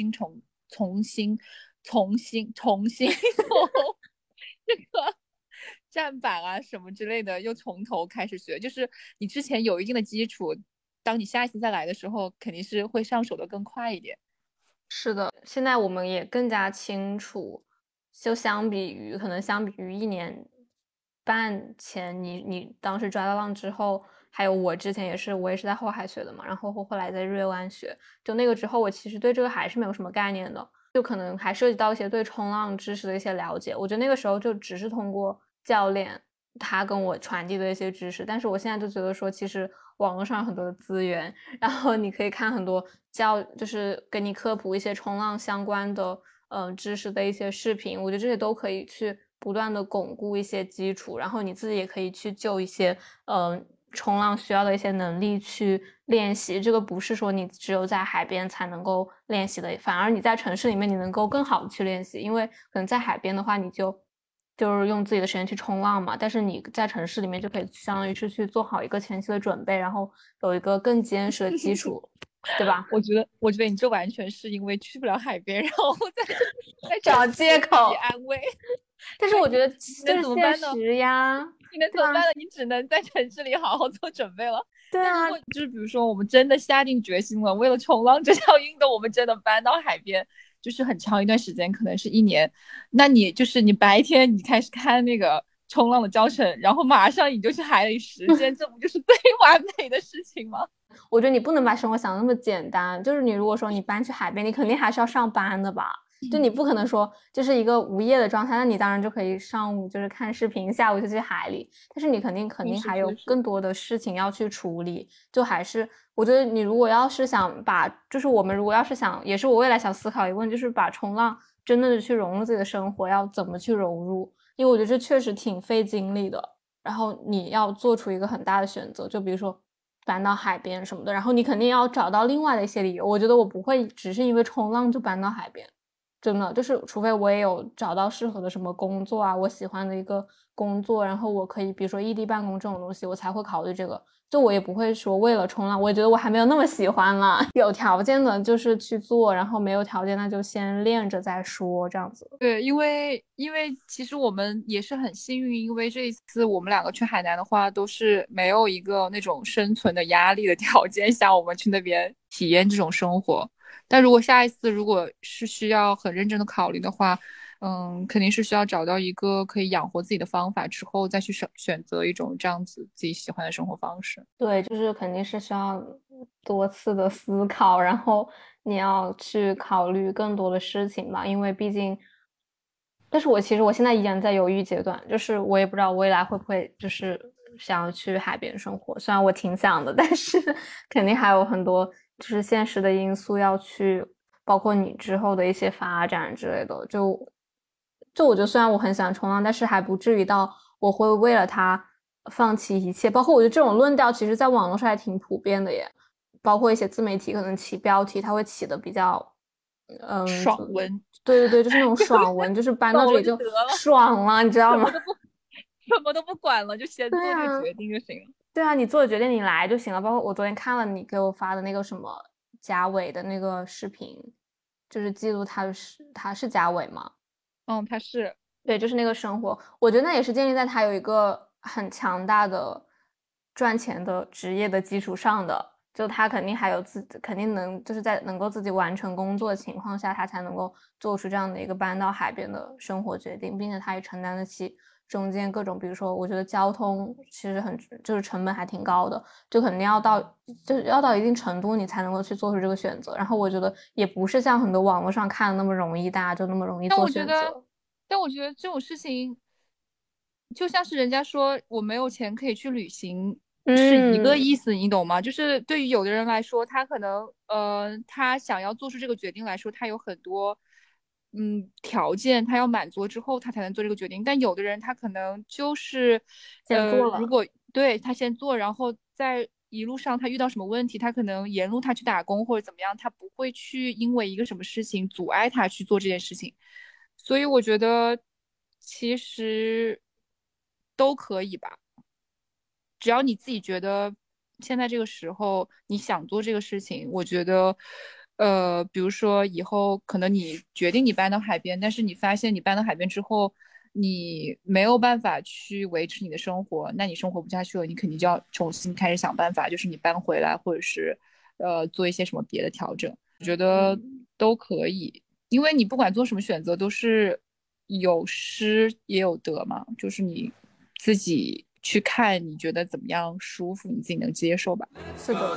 重新从这个站板啊什么之类的，又从头开始学。就是你之前有一定的基础，当你下一次再来的时候，肯定是会上手的更快一点。 是的，现在我们也更加清楚，就相比于1年半前，你当时抓到浪之后，还有我之前我也是在后海学的嘛，然后后来在日月湾学，就那个之后，我其实对这个还是没有什么概念的，就可能还涉及到一些对冲浪知识的一些了解。我觉得那个时候就只是通过教练他跟我传递的一些知识，但是我现在就觉得说，其实网络上有很多的资源，然后你可以看很多就是给你科普一些冲浪相关的知识的一些视频，我觉得这些都可以去不断的巩固一些基础，然后你自己也可以去就一些冲浪需要的一些能力去练习。这个不是说你只有在海边才能够练习的，反而你在城市里面你能够更好的去练习，因为可能在海边的话你就是用自己的时间去冲浪嘛，但是你在城市里面就可以相当于是去做好一个前期的准备，然后有一个更坚实的基础，对吧？ 我觉得你这完全是因为去不了海边，然后在找城市给自己借口。 安慰。 但是我觉得你能这是现怎么办呢？ 实呀。 你能怎对啊， 么办呢？你只能在城市里好好做准备了。 对啊， 但如果就是比如说我们真的下定决心了，为了冲浪这项运动，我们真的搬到海边，就是很长一段时间，可能是1年。那你就是你白天你开始看那个冲浪的教程，然后马上你就去海里实践，这不就是最完美的事情吗？ 我觉得你不能把生活想那么简单。就是你如果说你搬去海边，你肯定还是要上班的吧？就你不可能说就是一个无业的状态，那你当然就可以上午就是看视频，下午就去海里。但是你肯定还有更多的事情要去处理。就还是我觉得你如果要是想把，就是我们如果要是想，也是我未来想思考一个问题，就是把冲浪真的去融入自己的生活，要怎么去融入？因为我觉得这确实挺费精力的。然后你要做出一个很大的选择，就比如说搬到海边什么的，然后你肯定要找到另外的一些理由。我觉得我不会只是因为冲浪就搬到海边。 真的就是除非我也有找到适合的什么工作啊，我喜欢的一个工作，然后我可以比如说异地办公这种东西，我才会考虑这个。就我也不会说为了冲浪，我觉得我还没有那么喜欢了。有条件的就是去做，然后没有条件那就先练着再说，这样子。 对，因为其实我们也是很幸运，因为这一次我们两个去海南的话，都是没有一个那种生存的压力的条件下，我们去那边体验这种生活。但如果下一次如果是需要很认真的考虑的话，肯定是需要找到一个可以养活自己的方法之后，再去选择一种这样子自己喜欢的生活方式。 对，就是肯定是需要多次的思考，然后你要去考虑更多的事情吧，因为毕竟，但是其实我现在依然在犹豫阶段，就是我也不知道未来会不会就是想要去海边生活，虽然我挺想的，但是肯定还有很多就是现实的因素要去，包括你之后的一些发展之类的，就我觉得虽然我很喜欢冲浪，但是还不至于到我会为了它放弃一切。包括我觉得这种论调，其实在网络上还挺普遍的耶。包括一些自媒体可能起标题，它会起的比较， 爽文， 对对对，就是那种爽文，就是搬到爽这里就文就得了， 爽了，你知道吗？ 什么都不什么都不管了，就先做这个对啊， 决定就行了。 对啊，你做的决定你来就行了。包括我昨天看了你给我发的那个什么贾伟的那个视频，就是记录他是贾伟吗？ 嗯，他是。 对，就是那个生活，我觉得那也是建立在他有一个很强大的赚钱的职业的基础上的，就他肯定还有肯定就是在能够自己完成工作的情况下，他才能够做出这样的一个搬到海边的生活决定，并且他也承担得起中间各种，比如说，我觉得交通其实就是成本还挺高的，就肯定要到一定程度，你才能够去做出这个选择。然后我觉得也不是像很多网络上看的那么容易，大家就那么容易但做我觉得， 选择。 但我觉得这种事情，就像是人家说我没有钱可以去旅行，是一个嗯， 意思，你懂吗？就是对于有的人来说，他可能他想要做出这个决定来说，他有很多条件，他要满足之后，他才能做这个决定。但有的人他可能就是先做了。 如果对他先做，然后在一路上他遇到什么问题，他可能沿路他去打工或者怎么样，他不会去因为一个什么事情阻碍他去做这件事情。所以我觉得其实都可以吧，只要你自己觉得现在这个时候你想做这个事情，我觉得，比如说以后可能你决定你搬到海边，但是你发现你搬到海边之后，你没有办法去维持你的生活，那你生活不下去了，你肯定就要重新开始想办法，就是你搬回来，或者是做一些什么别的调整，我觉得嗯， 都可以。因为你不管做什么选择，都是有失也有得嘛，就是你自己去看，你觉得怎么样舒服，你自己能接受吧。 是的。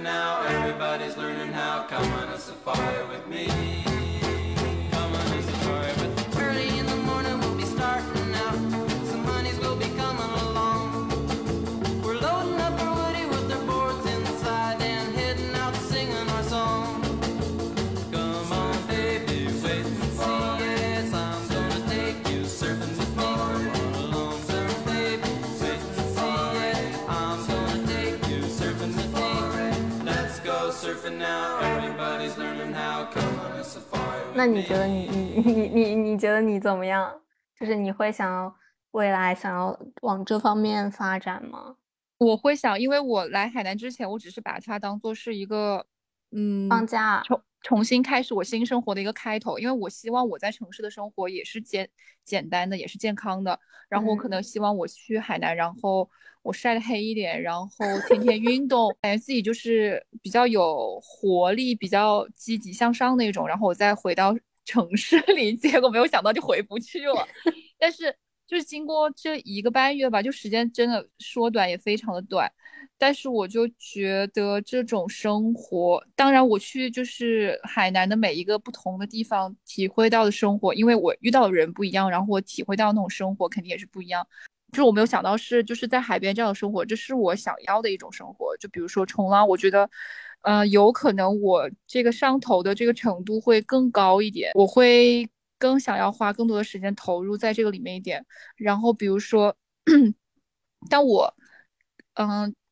那你觉得你觉得你怎么样？就是你会想要未来想要往这方面发展吗？ 我会想，因为我来海南之前，我只是把它当做是一个， 放假。 重新开始我新生活的一个开头。因为我希望我在城市的生活也是简单的，也是健康的。然后我可能嗯， 希望我去海南，然后我晒得黑一点，然后天天运动，感觉自己就是比较有活力、比较积极向上那种。然后我再回到城市里，结果没有想到就回不去了。但是就是经过这一个半月吧，就时间真的说短也非常的短，但是我就觉得这种生活，当然我去就是海南的每一个不同的地方体会到的生活，因为我遇到的人不一样，然后我体会到那种生活肯定也是不一样。就是我没有想到是就是在海边这样的生活，这是我想要的一种生活。就比如说冲浪，我觉得，有可能我这个上头的这个程度会更高一点，我会更想要花更多的时间投入在这个里面一点。然后比如说，当我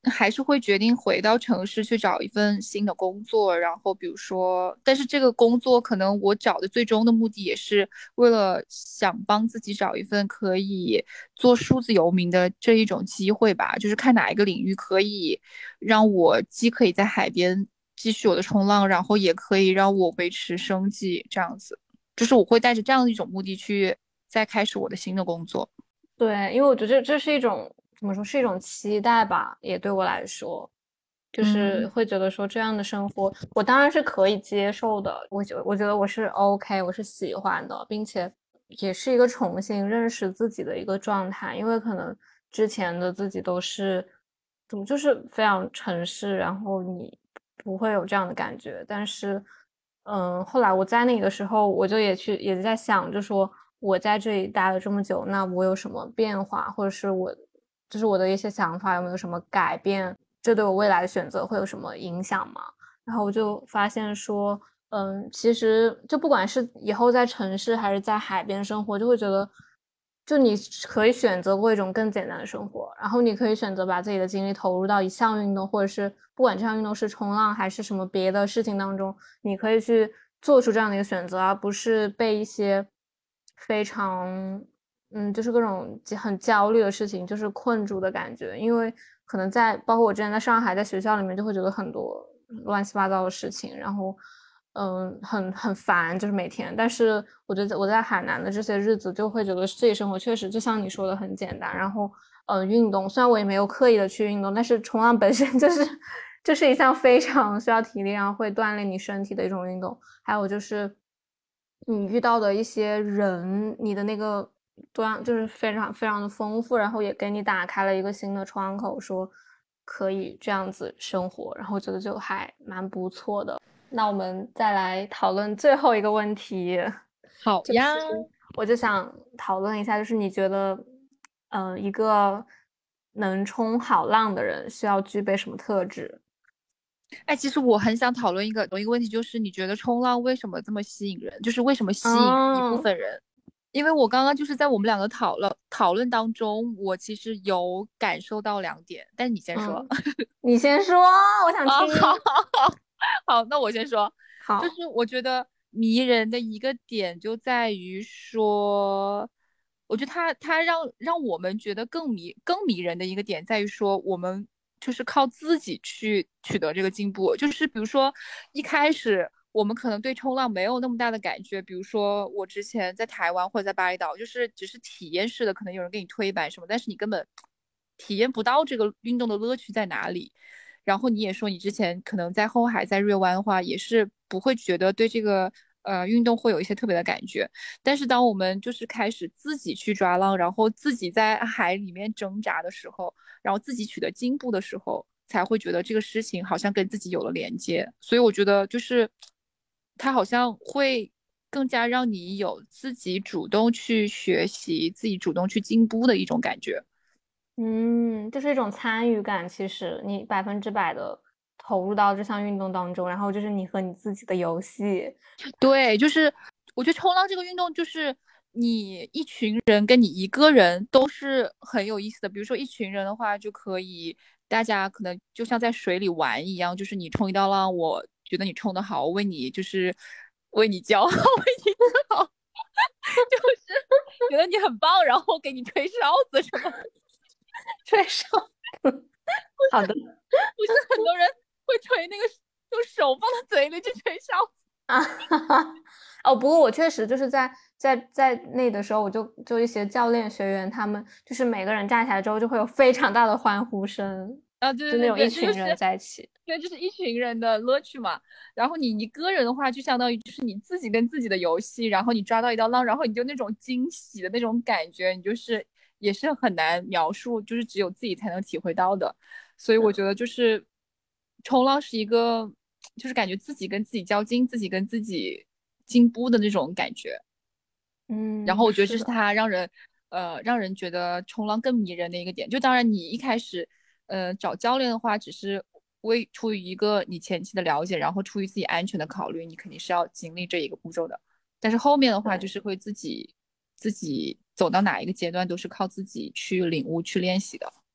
还是会决定回到城市去找一份新的工作，然后比如说，但是这个工作可能我找的最终的目的也是为了想帮自己找一份可以做数字游民的这一种机会吧，就是看哪一个领域可以让我既可以在海边继续我的冲浪，然后也可以让我维持生计，这样子，就是我会带着这样的一种目的去再开始我的新的工作。 对，因为我觉得这是一种怎么说，是一种期待吧，也对我来说，就是嗯。 会觉得说这样的生活，我当然是可以接受的。我觉得我是 OK，我是喜欢的，并且也是一个重新认识自己的一个状态，因为可能之前的自己都是怎么就是非常城市，然后你不会有这样的感觉，但是。后来我在那里的时候，我就也在想，就说我在这里待了这么久，那我有什么变化，或者是就是我的一些想法有没有什么改变，这对我未来的选择会有什么影响吗？然后我就发现说，其实就不管是以后在城市还是在海边生活，就会觉得，就你可以选择过一种更简单的生活，然后你可以选择把自己的精力投入到一项运动，或者是不管这项运动是冲浪还是什么别的事情当中，你可以去做出这样的一个选择，而不是被一些非常就是各种很焦虑的事情就是困住的感觉。因为可能包括我之前在上海，在学校里面就会觉得很多乱七八糟的事情，然后很烦，就是每天。但是我觉得我在海南的这些日子，就会觉得自己生活确实就像你说的很简单。然后运动，虽然我也没有刻意的去运动，但是冲浪本身就是一项非常需要体力，然后会锻炼你身体的一种运动。还有就是你遇到的一些人，你的那个多样就是非常非常的丰富，然后也给你打开了一个新的窗口，说可以这样子生活，然后我觉得就还蛮不错的。那我们再来讨论最后一个问题， 好呀。 就是我就想讨论一下，就是你觉得，一个能冲好浪的人需要具备什么特质？ 哎，其实我很想讨论一个问题，就是你觉得冲浪为什么这么吸引人？就是为什么吸引一部嗯分人？因为我刚刚就是在我们两个讨论当中，我其实有感受到两点，但是你先说。 嗯，你先说，我想啊， 听。 好好，那我先说，就好， 是我觉得迷人的一个点就在于说，我觉得它让我们觉得更迷人的一个点在于说，我们就是靠自己去取得这个进步。就是比如说一开始我们可能对冲浪没有那么大的感觉，比如说我之前在台湾或者在巴厘岛，就是只是体验式的，可能有人给你推板什么，但是你根本体验不到这个运动的乐趣在哪里。然后你也说你之前可能在后海在瑞湾的话，也是不会觉得对这个运动会有一些特别的感觉。但是当我们就是开始自己去抓浪，然后自己在海里面挣扎的时候，然后自己取得进步的时候，才会觉得这个事情好像跟自己有了连接。所以我觉得就是它好像会更加让你有自己主动去学习、自己主动去进步的一种感觉。 就是一种参与感。其实你100%的投入到这项运动当中，然后就是你和你自己的游戏。 对，就是我觉得冲浪这个运动，就是你一群人跟你一个人都是很有意思的。比如说一群人的话，就可以大家可能就像在水里玩一样，就是你冲一道浪，我觉得你冲得好，我为你骄傲，为你自豪，就是觉得你很棒，然后给你吹哨子什么。 吹哨。好的。 不是很多人会吹那个用手放到嘴里去吹哨子。 啊，哈哈。哦，不过我确实就是在那的时候，我就一些教练学员，他们就是每个人站起来之后，就会有非常大的欢呼声， 啊，对就那对对对，这就是种一群人在一起。 对，这是一群人的乐趣嘛。然后你一个人的话，就相当于就是你自己跟自己的游戏，然后你抓到一道浪，然后你就那种惊喜的那种感觉，你就是也是很难描述，就是只有自己才能体会到的。所以我觉得就是冲浪是一个，就是感觉自己跟自己较劲，自己跟自己进步的那种感觉。然后我觉得这是是的。 他让人觉得冲浪更迷人的一个点。就当然你一开始找教练的话，只是出于一个你前期的了解，然后出于自己安全的考虑，你肯定是要经历这一个步骤的。但是后面的话就对。 是会自己走到哪一个阶段都是靠自己去领悟去练习的。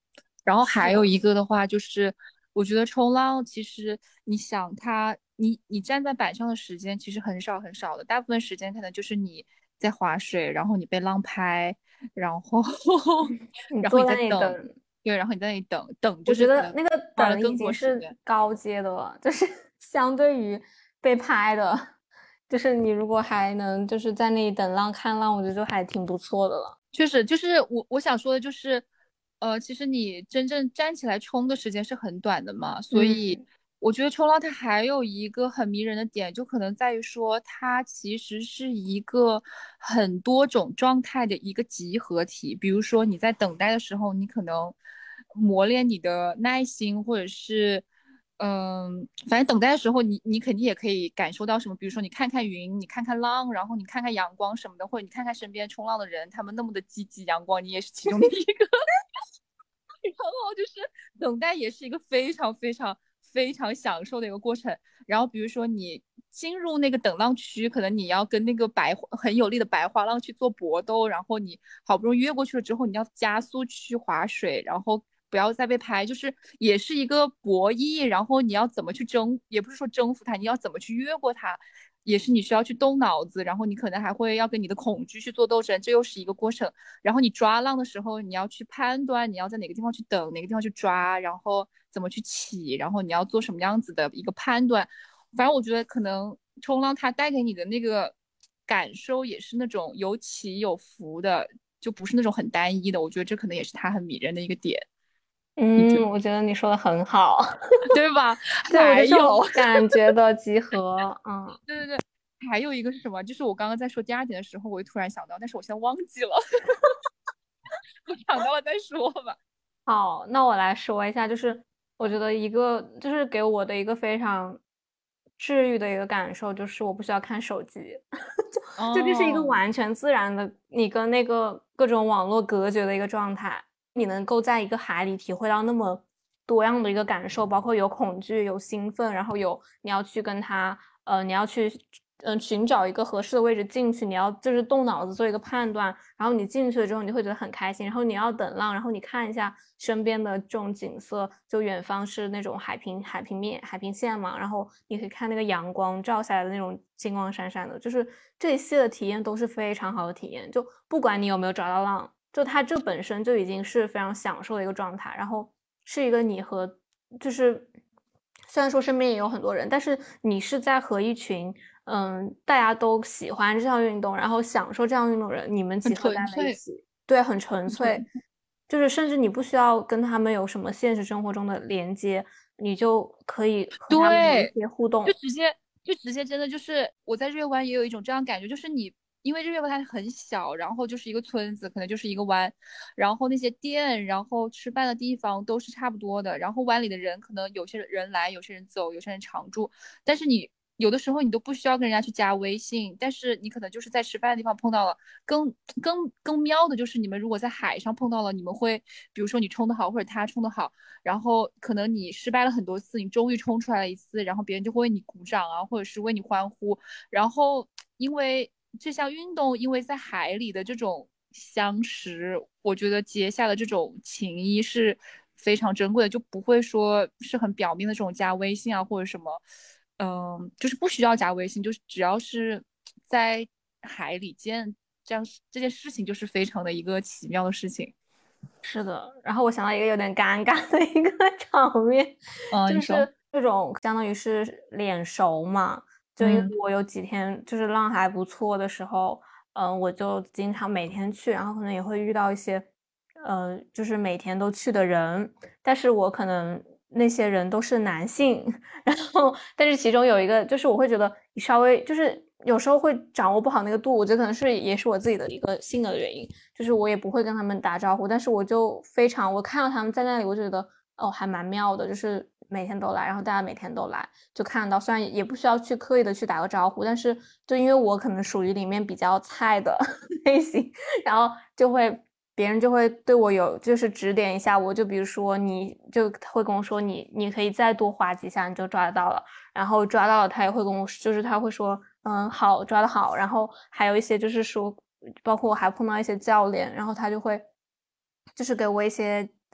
然后还有是的， 一个的话就是，我觉得冲浪其实你想它，你站在板上的时间其实很少很少的，大部分时间可能就是你在划水，然后你被浪拍，然后然后你你坐在在等， 那里等， 对，然后你在那里等等，就我觉是可能得那个等已花了更经是多时间。 高阶的了，就是相对于被拍的，就是你如果还能就是在那里等浪看浪，我觉得就还挺不错的了。 确实，就是我想说的，就是，其实你真正站起来冲的时间是很短的嘛，所以嗯我觉得冲浪它还有一个很迷人的点，就可能在于说它其实是一个很多种状态的一个集合体。比如说你在等待的时候，你可能磨练你的耐心，或者是反正等待的时候你肯定也可以感受到什么，比如说你看看云，你看看浪，然后你看看阳光什么的，或者你看看身边冲浪的人，他们那么的积极阳光，你也是其中的一个。然后就是等待也是一个非常非常非常享受的一个过程。然后比如说你进入那个等浪区，可能你要跟那个很有力的白花浪去做搏斗，然后你好不容易越过去了之后，你要加速去划水，然后不要再被拍，就是也是一个博弈。然后你要怎么去也不是说征服它，你要怎么去越过它，也是你需要去动脑子，然后你可能还会要跟你的恐惧去做斗争，这又是一个过程。然后你抓浪的时候，你要去判断你要在哪个地方去等，哪个地方去抓，然后怎么去起，然后你要做什么样子的一个判断。反正我觉得可能冲浪它带给你的那个感受也是那种有起有伏的，就不是那种很单一的。我觉得这可能也是它很迷人的一个点，你觉嗯，我觉得你说的很好， 得对吧？ 对我就还有， 这种感觉的集合，嗯。 对对对，还有一个是什么？就是我刚刚在说第二点的时候，我就突然想到，但是我现在忘记了，我想到了再说吧。 好，那我来说一下，就是我觉得一个就是给我的一个非常治愈的一个感受，就是我不需要看手机，就这是一个哦， 完全自然的，你跟那个各种网络隔绝的一个状态，你能够在一个海里体会到那么多样的一个感受，包括有恐惧、有兴奋，然后有你要去跟他，你要去寻找一个合适的位置进去，你要就是动脑子做一个判断，然后你进去了之后，你会觉得很开心，然后你要等浪，然后你看一下身边的这种景色，就远方是那种海平线嘛，然后你可以看那个阳光照下来的那种金光闪闪的，就是这一系列的体验都是非常好的体验，就不管你有没有找到浪，就它这本身就已经是非常享受的一个状态，然后是一个你和就是虽然说身边也有很多人，但是你是在和一群大家都喜欢这项运动，然后享受这项运动的人，你们很集合在纯粹， 了一起，对，很纯粹， 很纯粹。 就是甚至你不需要跟他们有什么现实生活中的连接，你就可以和他们有一对， 些互动。 就直接就直接真的就是我在日月湾也有一种这样感觉，就是你因为日月湾它很小，然后就是一个村子，可能就是一个湾，然后那些店，然后吃饭的地方都是差不多的，然后湾里的人可能有些人来，有些人走，有些人常住，但是你有的时候你都不需要跟人家去加微信，但是你可能就是在吃饭的地方碰到了。更更妙的就是你们如果在海上碰到了，你们会比如说你冲的好，或者他冲的好。然后可能你失败了很多次，你终于冲出来了一次，然后别人就会为你鼓掌啊，或者是为你欢呼。然后因为这项运动，因为在海里的这种相识，我觉得结下的这种情谊是非常珍贵的，就不会说是很表面的这种加微信啊或者什么，就是不需要加微信，就是只要是在海里见，这件事情就是非常的一个奇妙的事情。 是的，然后我想到一个有点尴尬的一个场面， 嗯， 就是你说， 这种相当于是脸熟嘛，就因为嗯。 我有几天就是浪还不错的时候，我就经常每天去，然后可能也会遇到一些，就是每天都去的人，但是我可能那些人都是男性，然后但是其中有一个就是我会觉得你稍微就是有时候会掌握不好那个度，我觉得可能也是我自己的一个性格的原因。就是我也不会跟他们打招呼，但是我就非常，我看到他们在那里，我就觉得哦，还蛮妙的，就是每天都来，然后大家每天都来，就看到，虽然也不需要去刻意的去打个招呼，但是就因为我可能属于里面比较菜的类型，然后别人就会对我有就是指点一下我，就比如说你就会跟我说你可以再多划几下你就抓得到了，然后抓到了他也会跟我就是他会说好抓得好，然后还有一些就是说包括我还碰到一些教练，然后他就会就是给我一些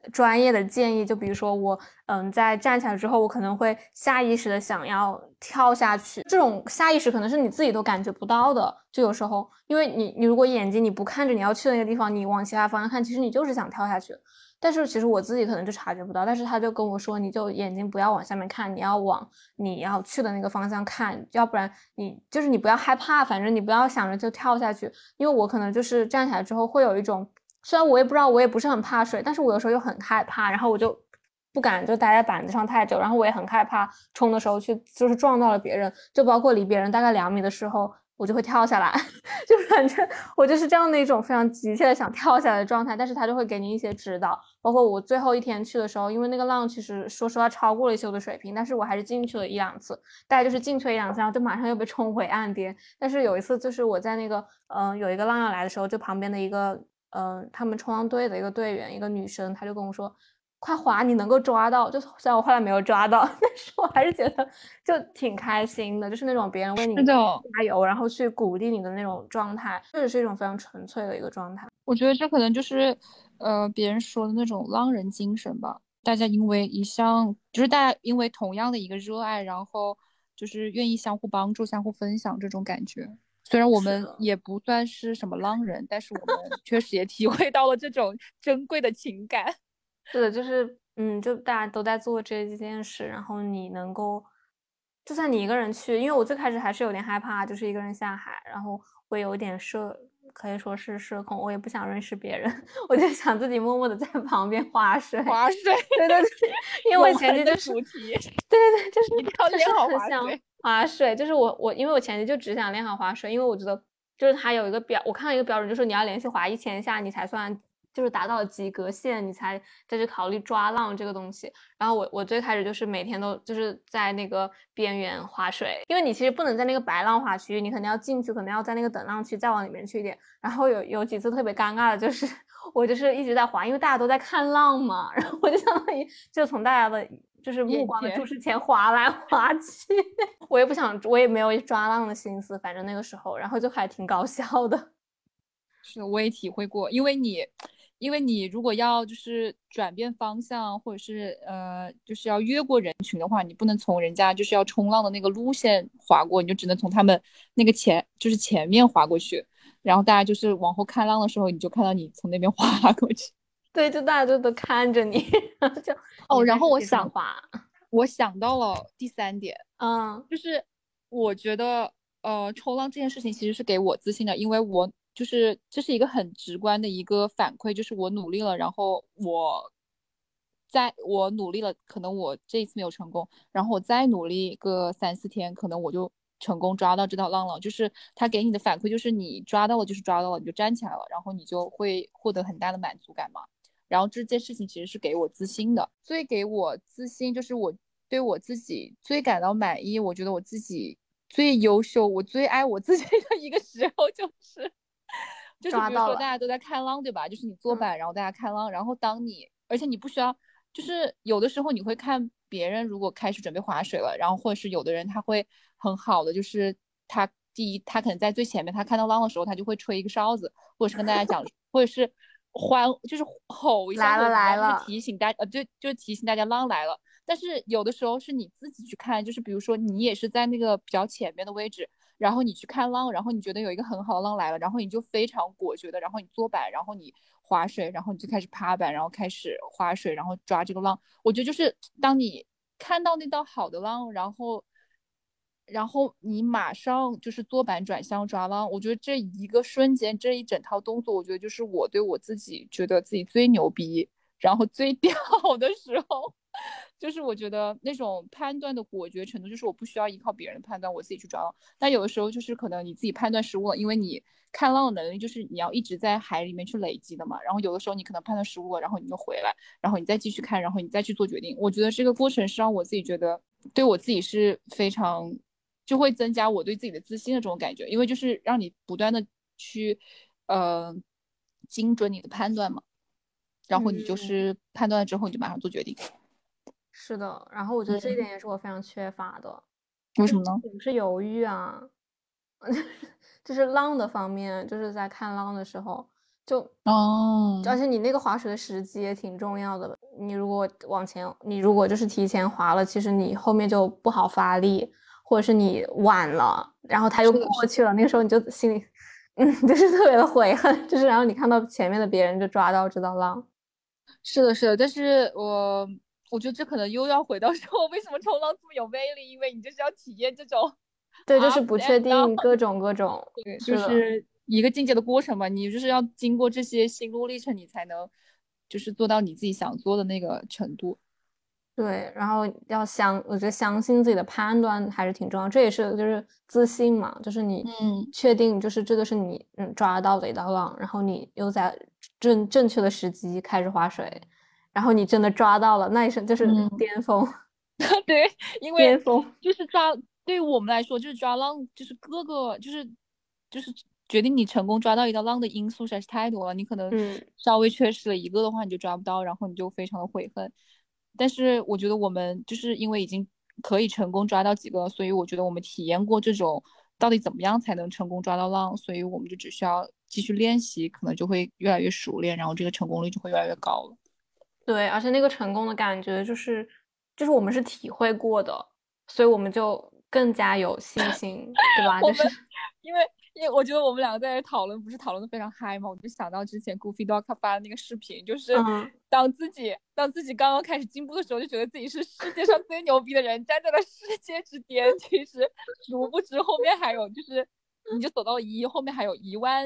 专业的建议，就比如说我在站起来之后，我可能会下意识的想要跳下去，这种下意识可能是你自己都感觉不到的，就有时候因为你如果眼睛你不看着你要去的那个地方，你往其他方向看，其实你就是想跳下去，但是其实我自己可能就察觉不到，但是他就跟我说，你就眼睛不要往下面看，你要往你要去的那个方向看，要不然你不要害怕，反正你不要想着就跳下去，因为我可能就是站起来之后会有一种，虽然我也不知道，我也不是很怕水，但是我有时候又很害怕，然后我就不敢就待在板子上太久，然后我也很害怕冲的时候去就是撞到了别人，就包括离别人大概2米的时候，我就会跳下来，就反正我就是这样的一种非常急切的想跳下来的状态，但是他就会给你一些指导，包括我最后一天去的时候，因为那个浪其实说实话超过了一些我的水平，但是我还是进去了1-2次，大概就是进去了1-2次，然后就马上又被冲回岸边。但是有一次就是我在那个有一个浪要来的时候，就旁边的一个他们冲浪队的一个队员，一个女生，她就跟我说，快滑，你能够抓到。就虽然我后来没有抓到，但是我还是觉得就挺开心的，就是那种别人为你是的， 加油，然后去鼓励你的那种状态，确实是一种非常纯粹的一个状态。 我觉得这可能就是，别人说的那种浪人精神吧。大家因为一项，就是大家因为同样的一个热爱，然后就是愿意相互帮助、相互分享这种感觉。虽然我们是的， 也不算是什么浪人，但是我们确实也体会到了这种珍贵的情感。 是的，就是就大家都在做这件事，然后你能够，就算你一个人去，因为我最开始还是有点害怕，就是一个人下海，然后会有点可以说是社恐，我也不想认识别人，我就想自己默默的在旁边划水。 划水， 对对对，因为我永恒的前期就是， 主题， 对对对，就是一定要就是练好很想划水。 划水，就是因为我前期就只想练好划水，因为我觉得就是它有一个我看到一个标准，就是你要连续划1000下，你才算就是达到了及格线，你才再去考虑抓浪这个东西。然后我最开始就是每天都就是在那个边缘划水，因为你其实不能在那个白浪划区，你可能要进去，可能要在那个等浪区再往里面去一点。然后有几次特别尴尬的就是我就是一直在划，因为大家都在看浪嘛，然后我就相当于就从大家的就是目光的注眼前视前划来划去，我也不想，我也没有抓浪的心思，反正那个时候，然后就还挺搞笑的。 是，我也体会过，因为你如果要就是转变方向，或者是就是要越过人群的话，你不能从人家就是要冲浪的那个路线划过，你就只能从他们那个就是前面划过去，然后大家就是往后看浪的时候，你就看到你从那边划过去。 对，就大家都看着你，然后就哦， 你然在实际上后滑。 我想到了第三点， 嗯就是我觉得冲浪这件事情其实是给我自信的，因为我就是这是一个很直观的一个反馈，就是我努力了，然后我努力了，可能我这一次没有成功，然后我再努力个3-4天，可能我就成功抓到这道浪了。就是他给你的反馈就是你抓到了就是抓到了，你就站起来了，然后你就会获得很大的满足感嘛。然后这件事情其实是给我自信的，最给我自信就是我对我自己最感到满意，我觉得我自己最优秀，我最爱我自己的一个时候就是比如抓到了。 说大家都在看浪，对吧？就是你坐嗯， 板，然后大家看浪，然后而且你不需要，就是有的时候你会看别人如果开始准备划水了，然后或者是有的人他会很好的，就是他第一他可能在最前面，他看到浪的时候，他就会吹一个哨子，或者是跟大家讲，或者是就是吼一下来了或者怎么样，就是来了。 提醒大就是提醒大家浪来了。但是有的时候是你自己去看，就是比如说你也是在那个比较前面的位置，然后你去看浪，然后你觉得有一个很好的浪来了，然后你就非常果决的，然后你坐板，然后你划水，然后你就开始趴板，然后开始划水，然后抓这个浪。我觉得就是当你看到那道好的浪，然后你马上就是坐板转向抓浪，我觉得这一个瞬间，这一整套动作，我觉得就是我对我自己觉得自己最牛逼，然后最屌的时候。就是我觉得那种判断的果决程度，就是我不需要依靠别人的判断，我自己去抓浪。但有的时候就是可能你自己判断失误了，因为你看浪的能力就是你要一直在海里面去累积的嘛。然后有的时候你可能判断失误了，然后你又回来，然后你再继续看，然后你再去做决定。我觉得这个过程是让我自己觉得对我自己是非常就会增加我对自己的自信的这种感觉，因为就是让你不断的去呃精准你的判断嘛，然后你就嗯， 是判断了之后你就马上做决定。 是的。然后我觉得这一点嗯， 也是我非常缺乏的，就是为什么呢？ 总是犹豫啊，就是浪的方面，就是在看浪的时候。 就哦， 而且你那个划水的时机也挺重要的。你如果往前，你如果就是提前划了，其实你后面就不好发力，或者是你晚了，然后它又是的，是的， 过去了，那个时候你就心里，就是特别的悔恨，就是然后你看到前面的别人就抓到这道浪。 是的，是的。但是我觉得这可能又要回到说，为什么冲浪这么有魅力？因为你就是要体验这种对，就是 up 不 and 确 down， 定各种， 对，就是的。 是一个境界的过程嘛。你就是要经过这些心路历程，你才能就是做到你自己想做的那个程度。 对，然后我觉得相信自己的判断还是挺重要，这也是就是自信嘛，就是你嗯确定就是这个是你抓到的一道浪，然后你又在正确的时机开始划水，然后你真的抓到了，那一瞬就是嗯， 巅峰， 对，因为巅峰。 就是抓，对于我们来说，就是抓浪，就是各个就是决定你成功抓到一道浪的因素实在是太多了。你可能嗯， 稍微缺失了一个的话，你就抓不到，然后你就非常的悔恨。但是我觉得我们就是因为已经可以成功抓到几个，所以我觉得我们体验过这种到底怎么样才能成功抓到浪，所以我们就只需要继续练习，可能就会越来越熟练，然后这个成功率就会越来越高了。 对，而且那个成功的感觉就是我们是体会过的，所以我们就更加有信心，对吧？就是我们因为我觉得我们两个在这讨论，不是讨论的非常嗨嘛，我就想到之前 Goofy Dog 他发的那个视频，就是嗯， 当自己刚刚开始进步的时候，就觉得自己是世界上最牛逼的人，站在了世界之巅。其实殊不知后面还有，就是你就走到一，后面还有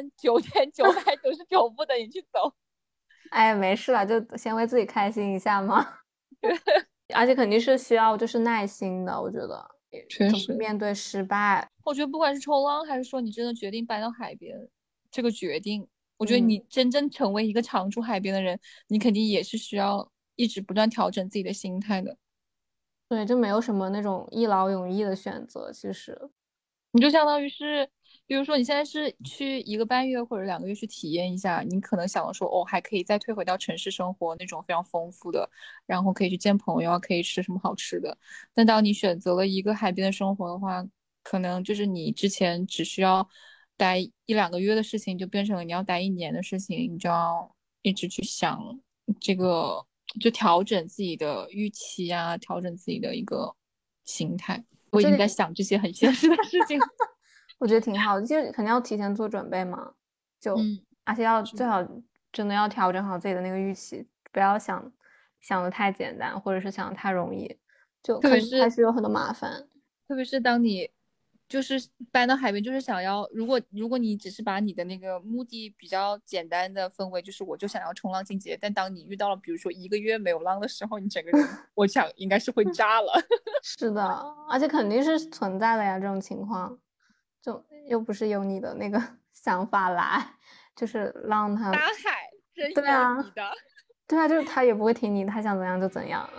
19999步等你去走。 哎，没事了，就先为自己开心一下嘛。而且肯定是需要就是耐心的，我觉得怎么确实， 面对失败。 我觉得不管是冲浪，还是说你真的决定搬到海边，这个决定，我觉得你嗯， 真正成为一个常驻海边的人，你肯定也是需要一直不断调整自己的心态的。 对，就没有什么那种一劳永逸的选择，其实。 你就相当于是，比如说你现在是去1个半月或者2个月去体验一下，你可能想说，哦，还可以再退回到城市生活那种非常丰富的，然后可以去见朋友啊，可以吃什么好吃的。但当你选择了一个海边的生活的话，可能就是你之前只需要待1、2个月的事情，就变成了你要待1年的事情，你就要一直去想这个，就调整自己的预期啊，调整自己的一个心态。我已经在这点想这些很现实的事情。 我觉得挺好的，就是肯定要提前做准备嘛，就嗯， 而且要是的， 最好真的要调整好自己的那个预期，不要想的太简单，或者是想的太容易，就肯定还特别是是有很多麻烦。 特别是当你就是搬到海边，就是想要，如果你只是把你的那个目的比较简单的分为，就是我就想要冲浪进阶，但当你遇到了比如说1个月没有浪的时候，你整个人我想应该是会炸了。 是的，而且肯定是存在的呀，这种情况，就又不是由你的那个想法来，就是让他， 大海任对啊， 由你的。 对啊，就是他也不会听你，他想怎样就怎样。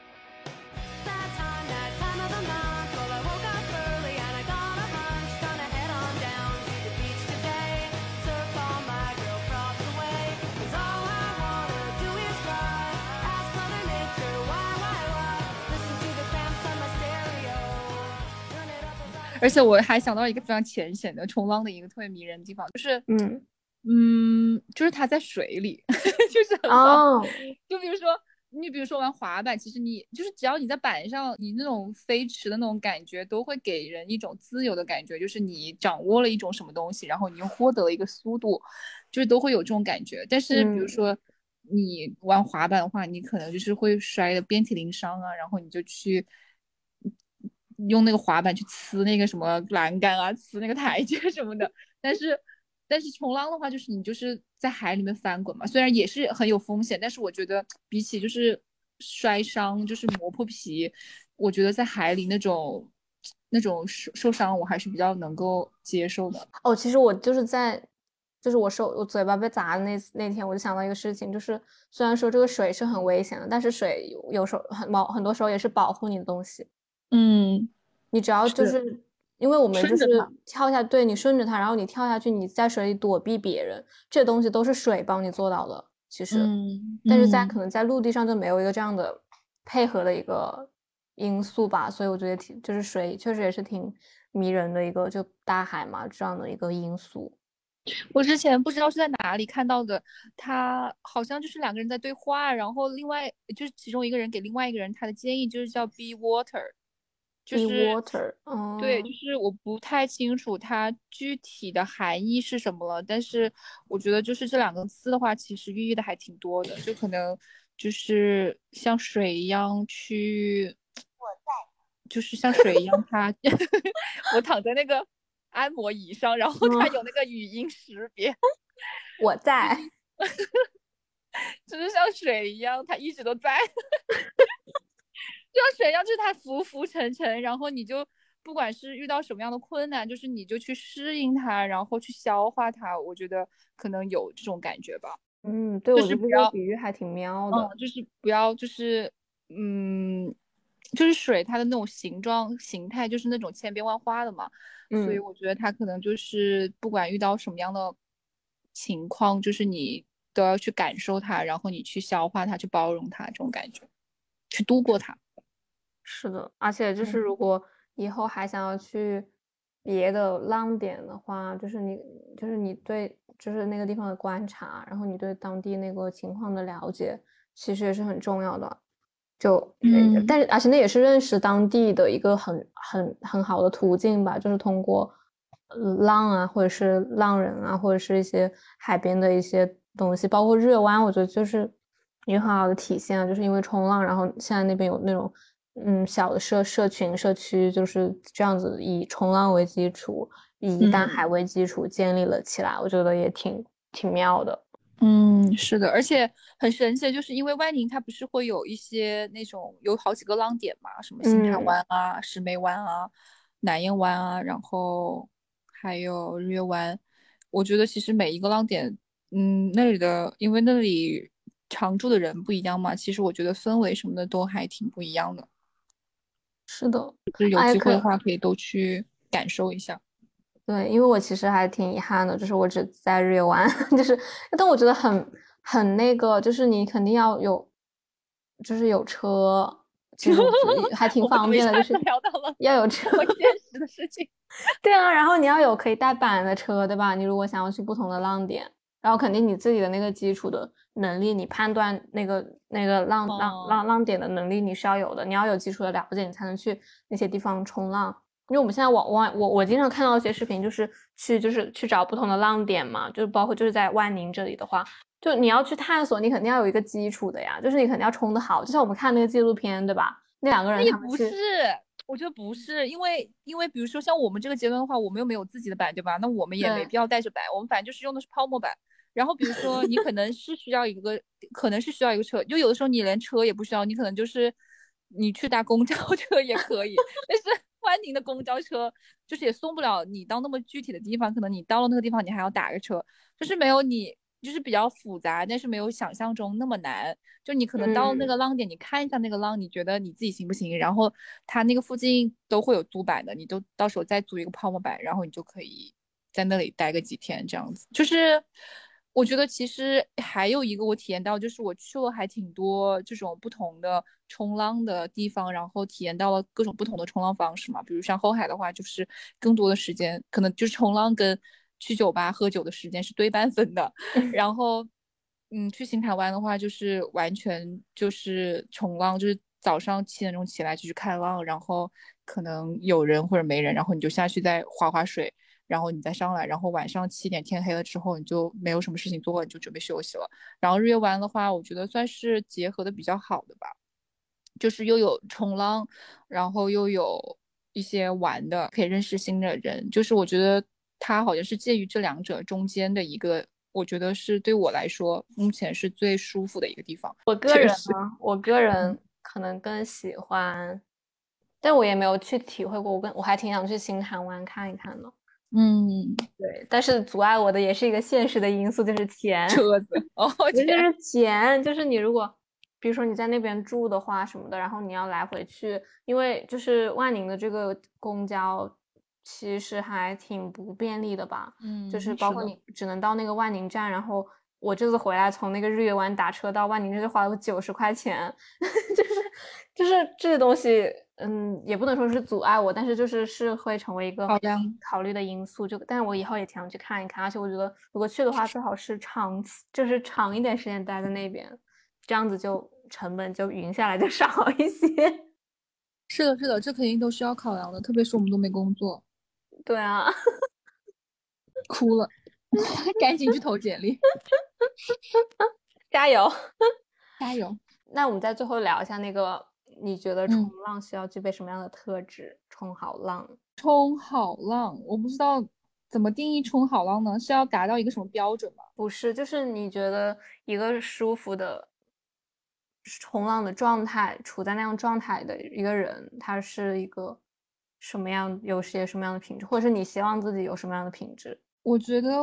That time of the month. Well, I woke up early and I got a hunch. Gonna head on down to the beach today. Surf all my girl props away. 'Cause all I wanna do is fly. Ask Mother Nature why? Listen to the cramps on my stereo. Turn it up as I 而且我还想到一个非常浅显的冲浪的一个特别迷人的地方，就是嗯， 就是它在水里，就是很好。 哦， 就比如说，你比如说玩滑板，其实你就是只要你在板上，你那种飞驰的那种感觉，都会给人一种自由的感觉，就是你掌握了一种什么东西，然后你又获得了一个速度，就是都会有这种感觉。但是比如嗯， 说你玩滑板的话，你可能就是会摔得遍体鳞伤啊，然后你就去用那个滑板去呲那个什么栏杆啊，呲那个台阶什么的。但是冲浪的话，就是你就是在海里面翻滚嘛，虽然也是很有风险，但是我觉得比起就是摔伤，就是磨破皮，我觉得在海里那种受伤，我还是比较能够接受的。 哦，其实我就是就是我嘴巴被砸的那天，我就想到一个事情，就是虽然说这个水是很危险的，但是水有时候很多时候也是保护你的东西。 嗯， 你只要就是是因为我们就是顺着它。 跳下，对你顺着它，然后你跳下去，你在水里躲避别人，这东西都是水帮你做到的，其实。 嗯但是嗯。 可能在陆地上就没有一个这样的配合的一个因素吧，所以我觉得就是水确实也是挺迷人的一个，就大海嘛这样的一个因素。 我之前不知道是在哪里看到的，他好像就是两个人在对话，然后另外就是其中一个人给另外一个人他的建议就是叫 be water，就 Be 是 water， 对， 哦， 就是我不太清楚它具体的含义是什么了，但是我觉得就是这两个字的话，其实寓意的还挺多的，就可能就是像水一样去，就是像水一样它，我躺在那个按摩椅上，然后它有嗯， 那个语音识别。 我在。 就是像水一样，它一直都在，就像水一样，就是它浮浮沉沉，然后你就不管是遇到什么样的困难，就是你就去适应它，然后去消化它。我觉得可能有这种感觉吧， 嗯，对， 就我觉得这个是不要， 比喻还挺妙的。 就是不要，就是嗯，就是水它的那种形状形态就是那种千变万化的嘛，所以嗯。 我觉得它可能就是不管遇到什么样的情况，就是你都要去感受它，然后你去消化它，去包容它，这种感觉。去度过它。 是的，而且就是嗯如果以后还想要去别的浪点的话，就是你对就是那个地方的观察，然后你对当地那个情况的了解，其实也是很重要的。就嗯但是而且那也是认识当地的一个很好的途径吧，就是通过浪啊，或者是浪人啊，或者是一些海边的一些东西，包括日月湾，我觉得就是一个很好的体现啊，就是因为冲浪，然后现在那边有那种小的社群社区，就是这样子以冲浪为基础，以淡嗯海为基础建立了起来，我觉得也挺妙的。 嗯，是的，而且很神奇的就是因为万宁它不是会有一些那种有好几个浪点嘛，什么新潭嗯， 湾啊、石梅湾啊、南燕湾啊，然后还有日月湾。我觉得其实每一个浪点，那里的因为那里常住的人不一样嘛，其实我觉得氛围什么的都还挺不一样的。 是的， 就是有哎， 机会的话，可以都去感受一下。 对，因为我其实还挺遗憾的，就是我只在日月湾，就是但我觉得很那个，就是你肯定要有，就是有车，其实我觉得还挺我们怎么一方便的，就下子是聊到了要有车。 这么现实的事情？ 对啊，然后你要有可以带板的车，对吧？你如果想要去不同的浪点，然后肯定你自己的那个基础的能力，你判断那个浪点的能力你是要有的，你要有基础的了解，你才能去那些地方冲浪。因为我们现在我经常看到一些视频，就是去找不同的浪点嘛，就是包括就是在万宁这里的话，就你要去探索，你肯定要有一个基础的呀，就是你肯定要冲得好，就像我们看那个纪录片，对吧？那两个人那也不是， 他们去， 我觉得不是，因为比如说像我们这个阶段的话，我们又没有自己的板，对吧？那我们也没对， 必要带着板，我们反正就是用的是泡沫板。然后比如说你可能是需要一个，可能是需要一个车，就有的时候你连车也不需要，你可能就是你去搭公交车也可以。但是万宁的公交车就是也送不了你到那么具体的地方，可能你到了那个地方你还要打个车，就是没有你就是比较复杂，但是没有想象中那么难。就你可能到那嗯。 个浪点，你看一下那个浪，你觉得你自己行不行？然后它那个附近都会有租板的，你就到时候再租一个泡沫板，然后你就可以在那里待个几天，这样子。就是我觉得其实还有一个我体验到，就是我去了还挺多这种不同的冲浪的地方，然后体验到了各种不同的冲浪方式嘛。比如像后海的话，就是更多的时间可能就是冲浪跟去酒吧喝酒的时间是对半分的。然后，去新台湾的话，就是完全就是冲浪，就是早上7点钟起来就去看浪，然后可能有人或者没人，然后你就下去再划划水，然后你再上来，然后晚上7点天黑了之后，你就没有什么事情做了，你就准备休息了。然后日月湾的话，我觉得算是结合的比较好的吧，就是又有冲浪，然后又有一些玩的，可以认识新的人，就是我觉得它好像是介于这两者中间的一个，我觉得是对我来说目前是最舒服的一个地方， 我个确实。 人呢，我个人可能更喜欢，但我也没有去体会过。我还挺想去新潭湾看一看的。 嗯， 对，但是阻碍我的也是一个现实的因素，就是钱。 车子，哦天， 我觉得就是钱，就是你如果，比如说你在那边住的话什么的，然后你要来回去，因为就是万宁的这个公交其实还挺不便利的吧，就是包括是的， 你只能到那个万宁站，然后我这次回来从那个日月湾打车到万宁，这就花了我90块钱，就是这些东西也不能说是阻碍我，但是是会成为一个考量考虑的因素。但是我以后也挺想去看一看，而且我觉得如果去的话，最好是就是长一点时间待在那边，这样子就成本就匀下来就少一些。 是的，是的，这肯定都是要考量的，特别是我们都没工作， 对啊， 哭了，赶紧去投简历， 加油！ 加油。 那我们在最后聊一下那个，你觉得冲嗯浪需要具备什么样的特质？冲好浪， 冲好浪，我不知道怎么定义冲好浪呢？是要达到一个什么标准吗？ 不是，就是你觉得一个舒服的冲浪的状态，处在那样状态的一个人，他是一个什么样，有些什么样的品质，或者是你希望自己有什么样的品质？ 我觉得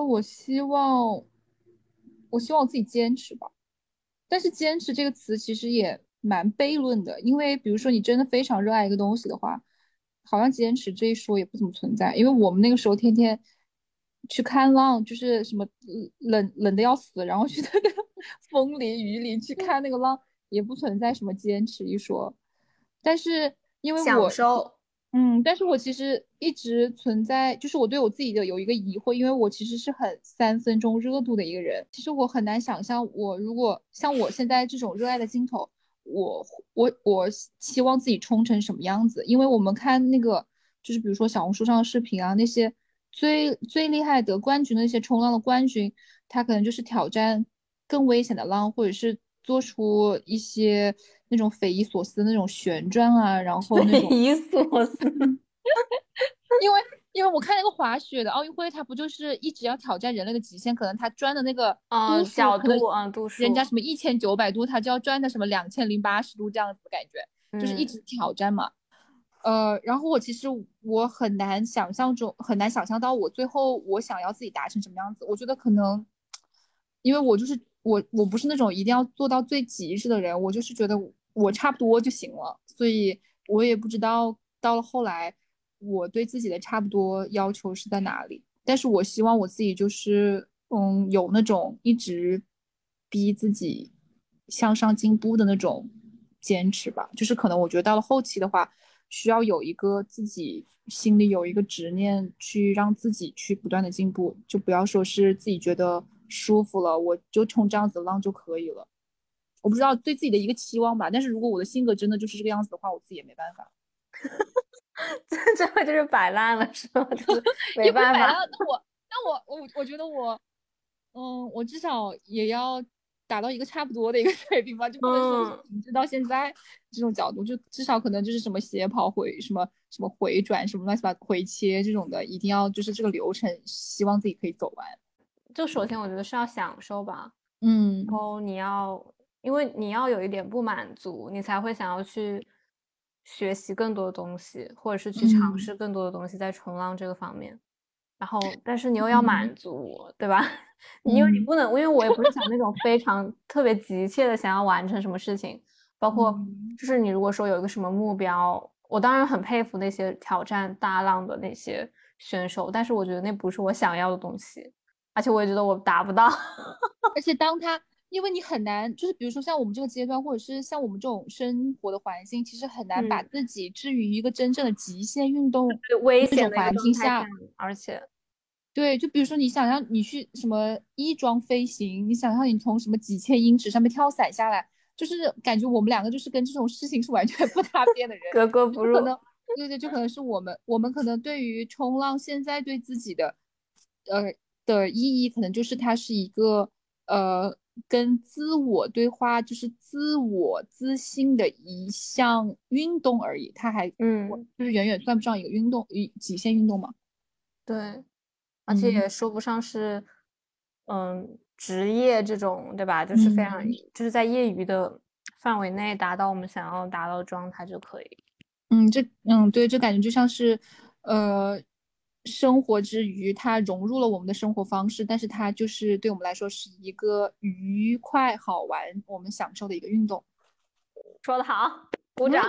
我希望我自己坚持吧。但是坚持这个词其实也蛮悖论的，因为比如说你真的非常热爱一个东西的话，好像坚持这一说也不怎么存在。因为我们那个时候天天去看浪，就是什么冷的要死，然后去那个风里雨里去看那个浪，也不存在什么坚持一说。但是因为享受， 但是我其实一直存在，就是我对我自己的有一个疑惑，因为我其实是很3分钟热度的一个人。其实我很难想象，我如果像我现在这种热爱的劲头，我期望自己冲成什么样子？因为我们看那个，就是比如说小红书上的视频啊，那些最厉害得冠军的那些冲浪的冠军，他可能就是挑战更危险的浪，或者是做出一些那种匪夷所思的那种旋转啊，然后那种。 匪夷所思。 因为因为我看那个滑雪的奥运会，它不就是一直要挑战人类的极限？可能他转的那个度数， 角可能度，度数， 人家什么1900度，他就要转的什么2080度这样子的感觉，就是一直挑战嘛。然后我其实很难想象到我最后我想要自己达成什么样子。我觉得可能，因为我不是那种一定要做到最极致的人，我就是觉得我差不多就行了，所以我也不知道到了后来我对自己的差不多要求是在哪里。但是我希望我自己就是有那种一直逼自己向上进步的那种坚持吧。就是可能我觉得到了后期的话，需要有一个自己心里有一个执念，去让自己去不断的进步，就不要说是自己觉得舒服了，我就冲这样子的浪就可以了。我不知道对自己的一个期望吧，但是如果我的性格真的就是这个样子的话，我自己也没办法。 这个就是摆烂了，是吗？就是没也不是办法。 摆烂，那我觉得我至少也要达到一个差不多的一个水平吧，就不能说是停滞到现在这种角度，就至少可能就是什么斜跑什么回转什么乱七八糟回切这种的，一定要就是这个流程，希望自己可以走完。 就首先我觉得是要享受吧， 嗯然后因为你要有一点不满足，你才会想要去学习更多的东西，或者是去尝试更多的东西在冲浪这个方面。然后，但是你又要满足，对吧？因为你不能，因为我也不是想那种非常特别急切的想要完成什么事情，包括就是你如果说有一个什么目标，我当然很佩服那些挑战大浪的那些选手，但是我觉得那不是我想要的东西，而且我也觉得我达不到。 而且因为你很难，就是比如说像我们这个阶段，或者是像我们这种生活的环境，其实很难把自己置于一个真正的极限运动危险的一个那种环境下。 而且对，就比如说你想象你去什么翼装飞行，你想象你从什么几千英尺上面跳伞下来，就是感觉我们两个就是跟这种事情是完全不搭边的人， 格格不入。 可能对对，就可能是我们可能对于冲浪现在对自己的意义，可能就是它是一个跟自我对话，就是自我自信的一项运动而已，它还就是远远算不上一个运动，极限运动嘛。 对。而且也说不上是，职业这种，对吧？就是非常，就是在业余的范围内达到我们想要达到的状态就可以。 对，这感觉就像是，生活之余，它融入了我们的生活方式，但是它就是对我们来说是一个愉快、好玩、我们享受的一个运动。 说得好，鼓掌。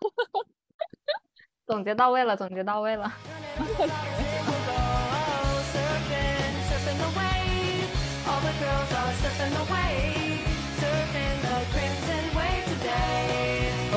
总结到位了，总结到位了。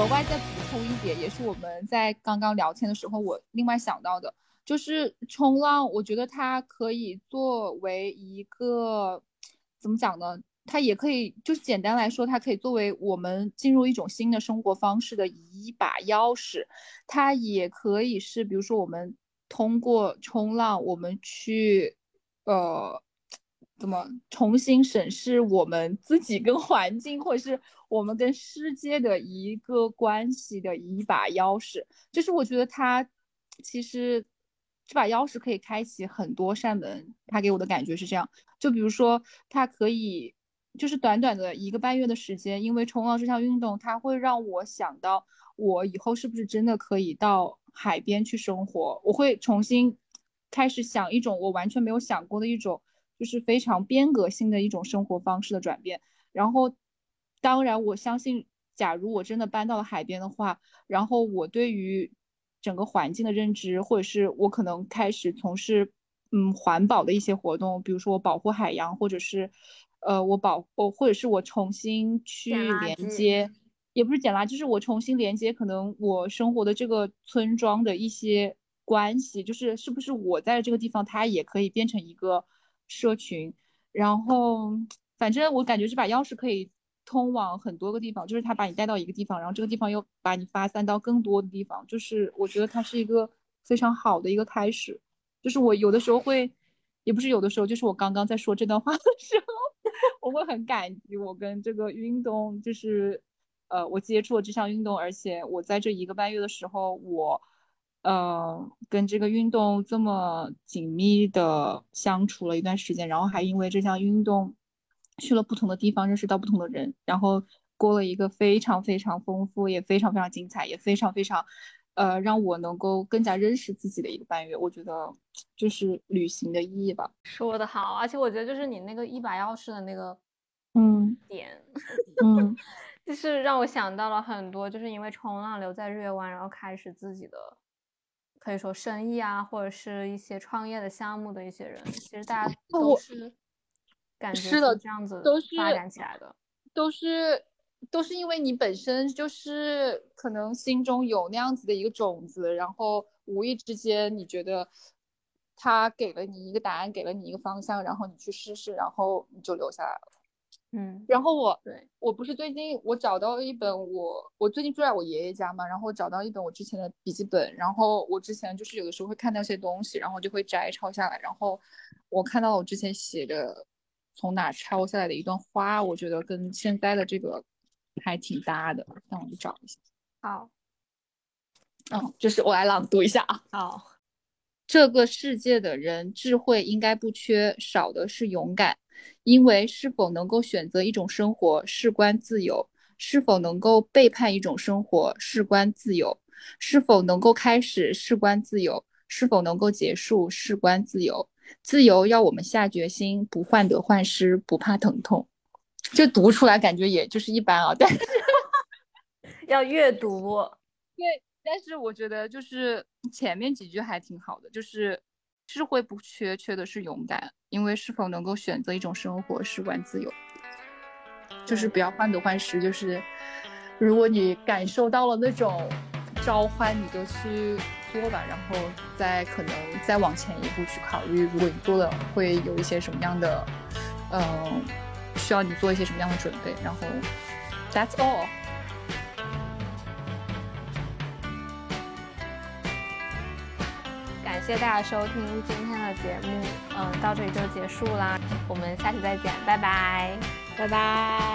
额外再补充一点，也是我们在刚刚聊天的时候我另外想到的，就是冲浪，我觉得它可以作为一个怎么讲呢？它也可以，就是简单来说，它可以作为我们进入一种新的生活方式的一把钥匙。它也可以是，比如说我们通过冲浪，我们去怎么重新审视我们自己跟环境，或者是我们跟世界的一个关系的一把钥匙。就是我觉得它其实这把钥匙可以开启很多扇门，它给我的感觉是这样。就比如说，它可以就是短短的1个半月的时间，因为冲浪这项运动，它会让我想到我以后是不是真的可以到海边去生活，我会重新开始想一种我完全没有想过的一种，就是非常变革性的一种生活方式的转变。然后，当然我相信，假如我真的搬到了海边的话，然后我对于整个环境的认知，或者是我可能开始从事环保的一些活动，比如说我保护海洋，或者是或者是我重新去连接，也不是捡垃圾，就是我重新连接可能我生活的这个村庄的一些关系，就是是不是我在这个地方，它也可以变成一个社群。然后反正我感觉这把钥匙可以通往很多个地方，就是它把你带到一个地方，然后这个地方又把你发散到更多的地方，就是我觉得它是一个非常好的一个开始。就是我有的时候会，也不是有的时候，就是我刚刚在说这段话的时候，我会很感激我跟这个运动，就是我接触了这项运动，而且我在这1个半月的时候，我跟这个运动这么紧密的相处了一段时间，然后还因为这项运动去了不同的地方，认识到不同的人，然后过了一个非常非常丰富，也非常非常精彩，也非常非常让我能够更加认识自己的1个半月。我觉得就是旅行的意义吧。 说得好，而且我觉得就是你那个一把钥匙的那个点，就是让我想到了很多，就是因为冲浪留在日月湾，然后开始自己的可以说生意啊，或者是一些创业的项目的一些人，其实大家都是感觉是的， 这样子都是发展起来的， 都是因为你本身就是可能心中有那样子的一个种子，然后无意之间你觉得他给了你一个答案，给了你一个方向，然后你去试试，然后你就留下来了。然后我不是最近我找到一本我最近住在我爷爷家嘛，然后找到一本我之前的笔记本，然后我之前就是有的时候会看到一些东西，然后就会摘抄下来，然后我看到了我之前写的从哪抄下来的一段话，我觉得跟现在的这个还挺搭的，让我去找一下。 好， 就是我来朗读一下啊。 好， 这个世界的人智慧应该不缺，少的是勇敢。因为是否能够选择一种生活，事关自由；是否能够背叛一种生活，事关自由；是否能够开始，事关自由；是否能够结束，事关自由。自由要我们下决心，不患得患失，不怕疼痛。这读出来感觉也就是一般啊，但是要阅读。 对，但是我觉得就是前面几句还挺好的，就是智慧不缺，缺的是勇敢。因为是否能够选择一种生活，事关自由。就是不要患得患失，就是如果你感受到了那种召唤，你就去做吧，然后可能再往前一步去考虑，如果你做了会有一些什么样的需要你做一些什么样的准备，然后 that's all。 感谢大家收听今天的节目，到这里就结束啦，我们下期再见，拜拜， 拜拜。